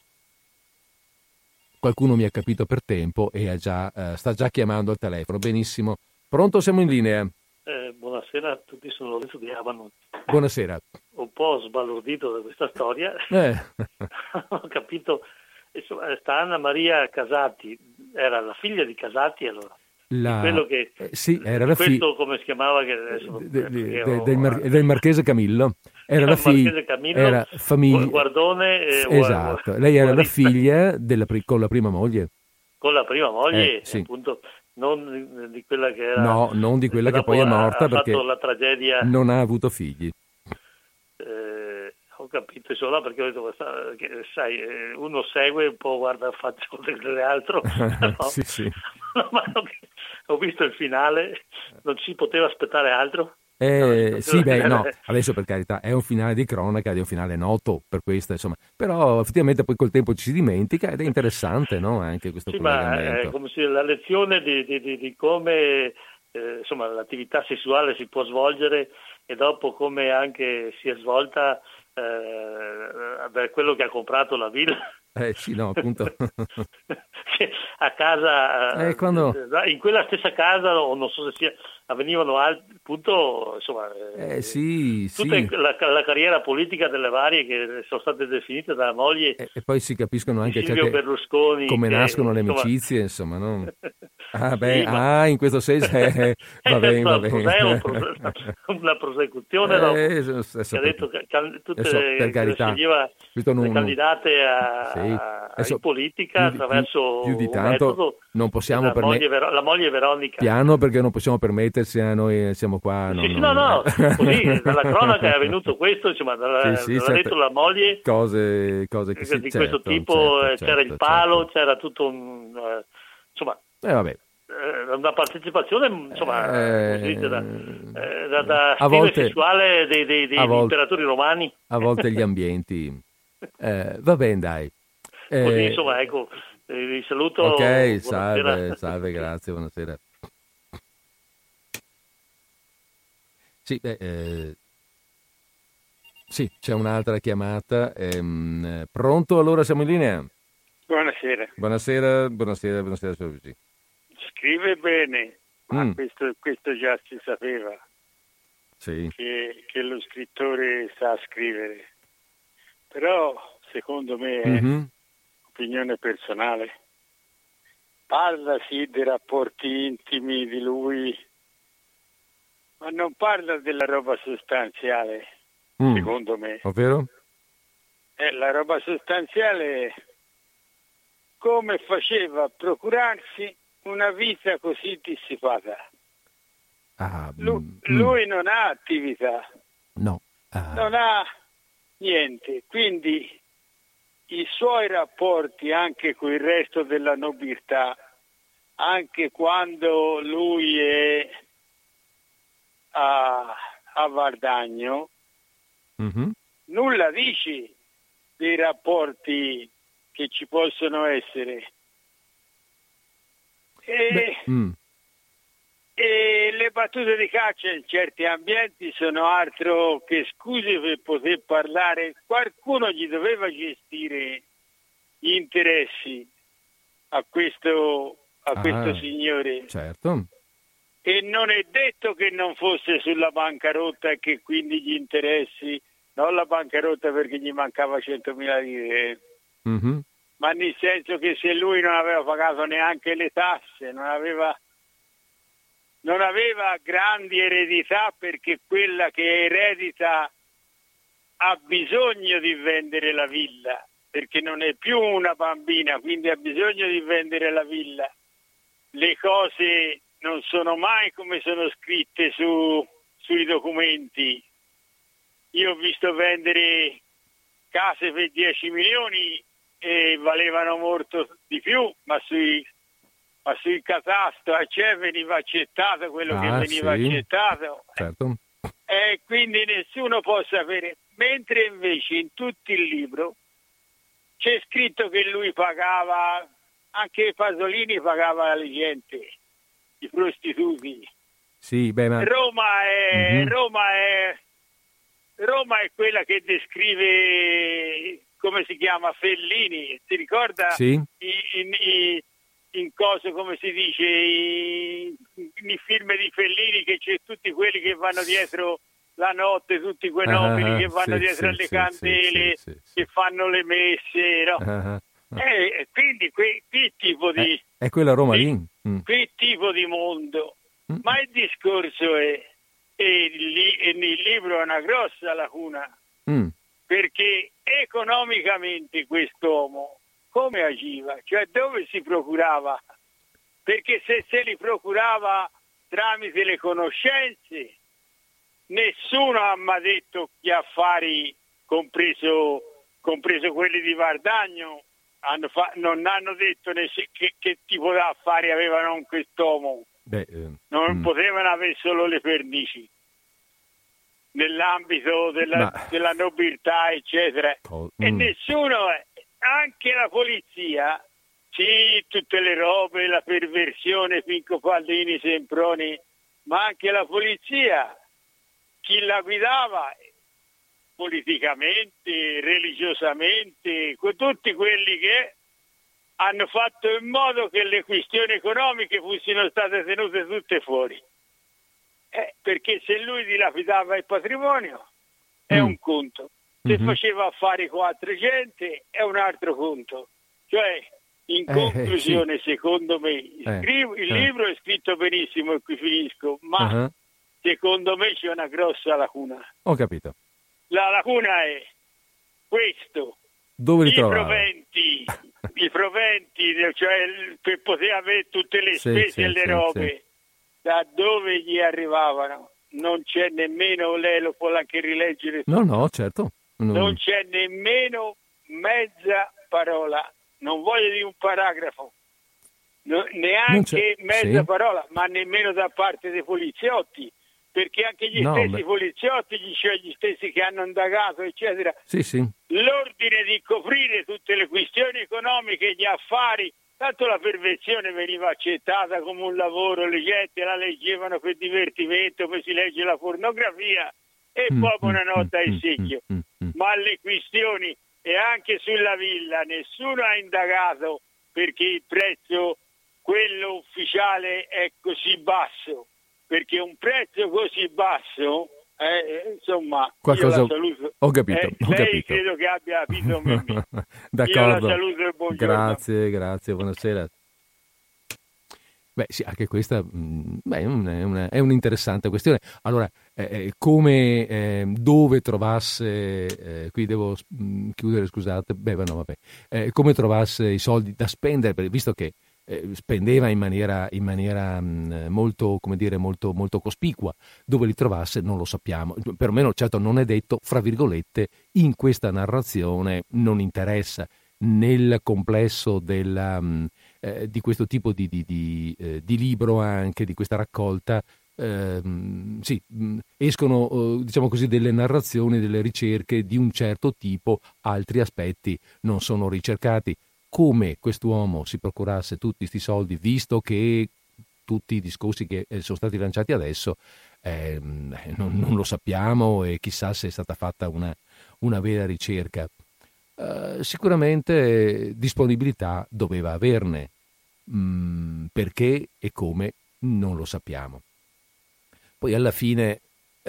qualcuno mi ha capito per tempo e ha già, eh, sta già chiamando al telefono. Benissimo. Pronto, siamo in linea. Eh, buonasera a tutti, sono Lorenzo di Abano. Buonasera. Un po' sbalordito da questa storia. Eh. Ho capito, insomma, sta Anna Maria Casati, era la figlia di Casati allora. La... Quello che, eh, sì, era la questo figlia come si chiamava che adesso de, de, io, de, del, Mar- del Marchese Camillo. Era la figlia, Marchese Camillo, era famiglia, Guardone, eh, esatto. Lei era la Guarista. figlia della, con la prima moglie. Con la prima moglie, eh, sì. appunto, non di quella che era. No, non di quella che poi è morta ha perché fatto la tragedia. Non ha avuto figli. Eh, ho capito, insomma, perché ho detto, che, sai, uno segue un po', guarda, faccio dell'altro. No? Sì, sì. No, ma ho visto il finale, non si poteva aspettare altro. Eh, no, sì, beh, no, adesso per carità è un finale di cronaca, è un finale noto per questo, insomma, però effettivamente poi col tempo ci si dimentica ed è interessante, no? Anche questo sì, collegamento. Ma è come se la lezione di, di, di, di come eh, insomma, l'attività sessuale si può svolgere e dopo come anche si è svolta eh, beh, quello che ha comprato la villa. Eh sì, no, appunto. A casa, eh, quando... in quella stessa casa, o non so se sia, avvenivano altri, appunto, insomma, eh, sì, tutta sì. La, la carriera politica delle varie che sono state definite dalla moglie. E, e poi si capiscono anche Silvio certe... Berlusconi, come che, nascono le insomma... amicizie, insomma, no? Ah, beh, sì, ma... ah, in questo senso eh, va bene, va bene. È un prose... una prosecuzione dopo, eh, adesso, che ha detto che tutte adesso, per le, carità, sceglieva non, le candidate a, sì, adesso, in politica più, attraverso più, più di un tanto metodo. non possiamo la, permet- moglie Ver- la moglie Veronica. Piano, perché non possiamo permettersi, a noi siamo qua. Sì, non, sì, non... no, no, così dalla cronaca è avvenuto questo, insomma, dalla, sì, sì, l'ha certe... detto la moglie. Cose, cose che si, di certo, questo tipo, certo, c'era certo, il palo, certo. c'era tutto un... Uh, insomma... Eh, vabbè. Una partecipazione, insomma, eh, così, da, eh, da, da a stile volte, sessuale dei, dei, degli vol- imperatori romani. A volte gli ambienti. Eh, va bene, dai. Eh, Così, insomma, ecco, vi saluto. Ok, buonasera. salve, salve, grazie, buonasera. Sì, beh, eh, sì, c'è un'altra chiamata. Ehm, pronto? Allora siamo in linea. Buonasera. Buonasera, buonasera, buonasera. Sì. Scrive bene, ma mm. questo, questo già si sapeva, sì. che, che lo scrittore sa scrivere. Però, secondo me, è mm-hmm. opinione personale, parla sì dei rapporti intimi di lui, ma non parla della roba sostanziale, mm. secondo me. Ovvero? Eh, la roba sostanziale, come faceva a procurarsi una vita così dissipata. Ah, lui, mm, lui non ha attività, no, ah. non ha niente, quindi i suoi rapporti anche con il resto della nobiltà, anche quando lui è a, a Vardagno, mm-hmm. nulla dice dei rapporti che ci possono essere. E, Beh, mm. e le battute di caccia in certi ambienti sono altro che scuse per poter parlare. Qualcuno gli doveva gestire gli interessi a questo, a ah, questo signore. Certo. E non è detto che non fosse sulla bancarotta e che quindi gli interessi, non la bancarotta perché gli mancava centomila lire, mm-hmm. ma nel senso che se lui non aveva pagato neanche le tasse, non aveva, non aveva grandi eredità, perché quella che eredita ha bisogno di vendere la villa, perché non è più una bambina, quindi ha bisogno di vendere la villa. Le cose non sono mai come sono scritte su, sui documenti. Io ho visto vendere case per dieci milioni e valevano molto di più, ma sui, ma sui catastro a C E veniva accettato quello ah, che veniva sì. accettato. Certo. E quindi nessuno può sapere. Mentre invece in tutto il libro c'è scritto che lui pagava, anche Pasolini pagava la gente, i prostituti. Sì, beh, ma... Roma è, mm-hmm. Roma è Roma è quella che descrive, come si chiama, Fellini, ti ricorda? Sì. In, in, in, in cosa, come si dice, in, in film di Fellini, che c'è tutti quelli che vanno dietro la notte, tutti quei nobili ah, che vanno sì, dietro sì, alle sì, candele, sì, sì, sì. che fanno le messe, no? Ah, ah. E quindi que, che tipo di... Eh, è quella Roma lì. Mm. Che tipo di mondo? Mm. Ma il discorso è... E nel libro è una grossa lacuna, mm. perché economicamente quest'uomo come agiva? Cioè dove si procurava? Perché se se li procurava tramite le conoscenze, nessuno ha mai detto gli affari, compreso, compreso quelli di Vardagno, hanno fa- non hanno detto ne- che, che tipo di affari avevano con quest'uomo. Beh, eh, non mm. potevano avere solo le pernici nell'ambito della, Ma... della nobiltà, eccetera. Oh, mm. E nessuno, anche la polizia, sì, tutte le robe, la perversione, Pinco Pallini, Semproni, ma anche la polizia, chi la guidava politicamente, religiosamente, con tutti quelli che hanno fatto in modo che le questioni economiche fossero state tenute tutte fuori. Eh, perché se lui dilapidava il patrimonio è mm. un conto, se mm-hmm. faceva affari con altre gente è un altro conto. Cioè, in eh, conclusione, eh, sì. secondo me, eh, scrivo, il eh. libro è scritto benissimo e qui finisco, ma uh-huh. secondo me c'è una grossa lacuna. Ho capito. La lacuna è questo. Dove li I proventi, i proventi, cioè per poter avere tutte le spese sì, sì, e le sì, robe, sì. da dove gli arrivavano? Non c'è nemmeno, lei lo può anche rileggere. No, no, certo. No. Non c'è nemmeno mezza parola, non voglio dire un paragrafo, no, neanche mezza sì. parola, ma nemmeno da parte dei poliziotti. Perché anche gli no, stessi beh. poliziotti, cioè gli stessi che hanno indagato, eccetera, sì, sì. l'ordine di coprire tutte le questioni economiche, gli affari, tanto la perversione veniva accettata come un lavoro, le gente la leggevano per divertimento, poi si legge la pornografia e mm, poi buonanotte mm, al secchio. Mm, mm, mm. Ma le questioni, e anche sulla villa, nessuno ha indagato perché il prezzo, quello ufficiale, è così basso. Perché un prezzo così basso, eh, insomma, qualcosa io la saluto. Ho capito, eh, ho lei capito. credo che abbia capito me. D'accordo. Io la saluto e buongiorno. Grazie, grazie, buonasera. Beh, sì, anche questa beh, è, una, è un'interessante questione. Allora, eh, come, eh, dove trovasse, eh, qui devo mh, chiudere, scusate, beh, no, vabbè, eh, come trovasse i soldi da spendere, visto che Eh, spendeva in maniera, in maniera mh, molto, come dire, molto, molto cospicua. Dove li trovasse non lo sappiamo, perlomeno certo non è detto, fra virgolette, in questa narrazione non interessa. Nel complesso della, mh, eh, di questo tipo di, di, di, eh, di libro, anche di questa raccolta, ehm, sì, escono, diciamo così, delle narrazioni, delle ricerche di un certo tipo, altri aspetti non sono ricercati. Come quest'uomo si procurasse tutti questi soldi, visto che tutti i discorsi che sono stati lanciati adesso eh, non, non lo sappiamo, e chissà se è stata fatta una, una vera ricerca. Uh, sicuramente disponibilità doveva averne, mm, perché e come non lo sappiamo. Poi alla fine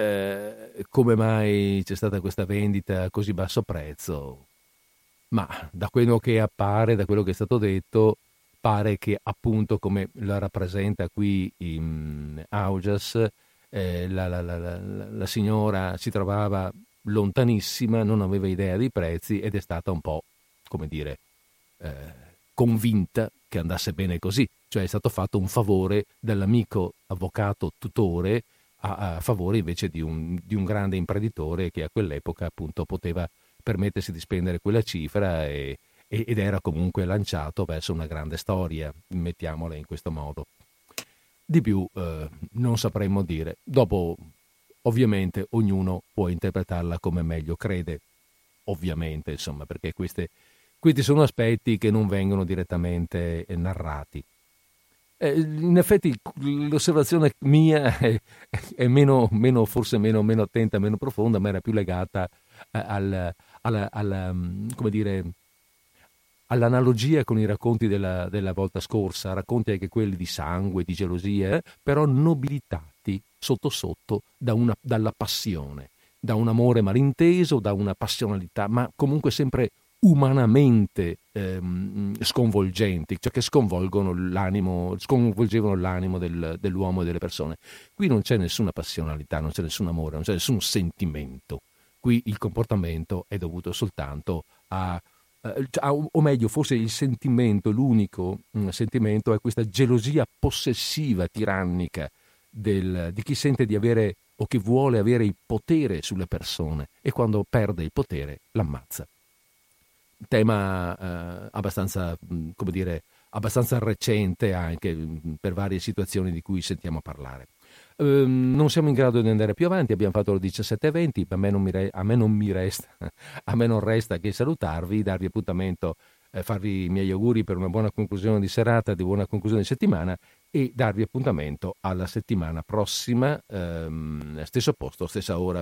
eh, come mai c'è stata questa vendita a così basso prezzo? Ma da quello che appare, da quello che è stato detto, pare che appunto, come la rappresenta qui in Augias, eh, la, la, la, la, la signora si trovava lontanissima, non aveva idea dei prezzi ed è stata un po', come dire, eh, convinta che andasse bene così. Cioè è stato fatto un favore dall'amico avvocato tutore a, a favore invece di un, di un grande imprenditore che a quell'epoca appunto poteva permettersi di spendere quella cifra e, e, ed era comunque lanciato verso una grande storia, mettiamola in questo modo. Di più eh, non sapremmo dire. Dopo, ovviamente, ognuno può interpretarla come meglio crede, ovviamente, insomma, perché queste, questi sono aspetti che non vengono direttamente narrati. Eh, in effetti l'osservazione mia è, è meno, meno, forse meno, meno attenta, meno profonda, ma era più legata al, alla, alla, come dire, all'analogia con i racconti della, della volta scorsa, racconti anche quelli di sangue, di gelosia, eh, però nobilitati sotto sotto da una, dalla passione, da un amore malinteso, da una passionalità, ma comunque sempre umanamente ehm, sconvolgenti, cioè che sconvolgono l'animo, sconvolgevano l'animo del, dell'uomo e delle persone. Qui non c'è nessuna passionalità, non c'è nessun amore, non c'è nessun sentimento. Qui il comportamento è dovuto soltanto a, a o meglio, forse il sentimento, l'unico mh, sentimento è questa gelosia possessiva, tirannica del, di chi sente di avere o che vuole avere il potere sulle persone, e quando perde il potere l'ammazza. Tema eh, abbastanza, come dire, abbastanza recente anche per varie situazioni di cui sentiamo parlare. Eh, non siamo in grado di andare più avanti, abbiamo fatto le diciassette e venti, a me non mi, re, a me non mi resta a me non resta che salutarvi, darvi appuntamento, eh, farvi i miei auguri per una buona conclusione di serata, di buona conclusione di settimana, e darvi appuntamento alla settimana prossima, ehm, stesso posto, stessa ora.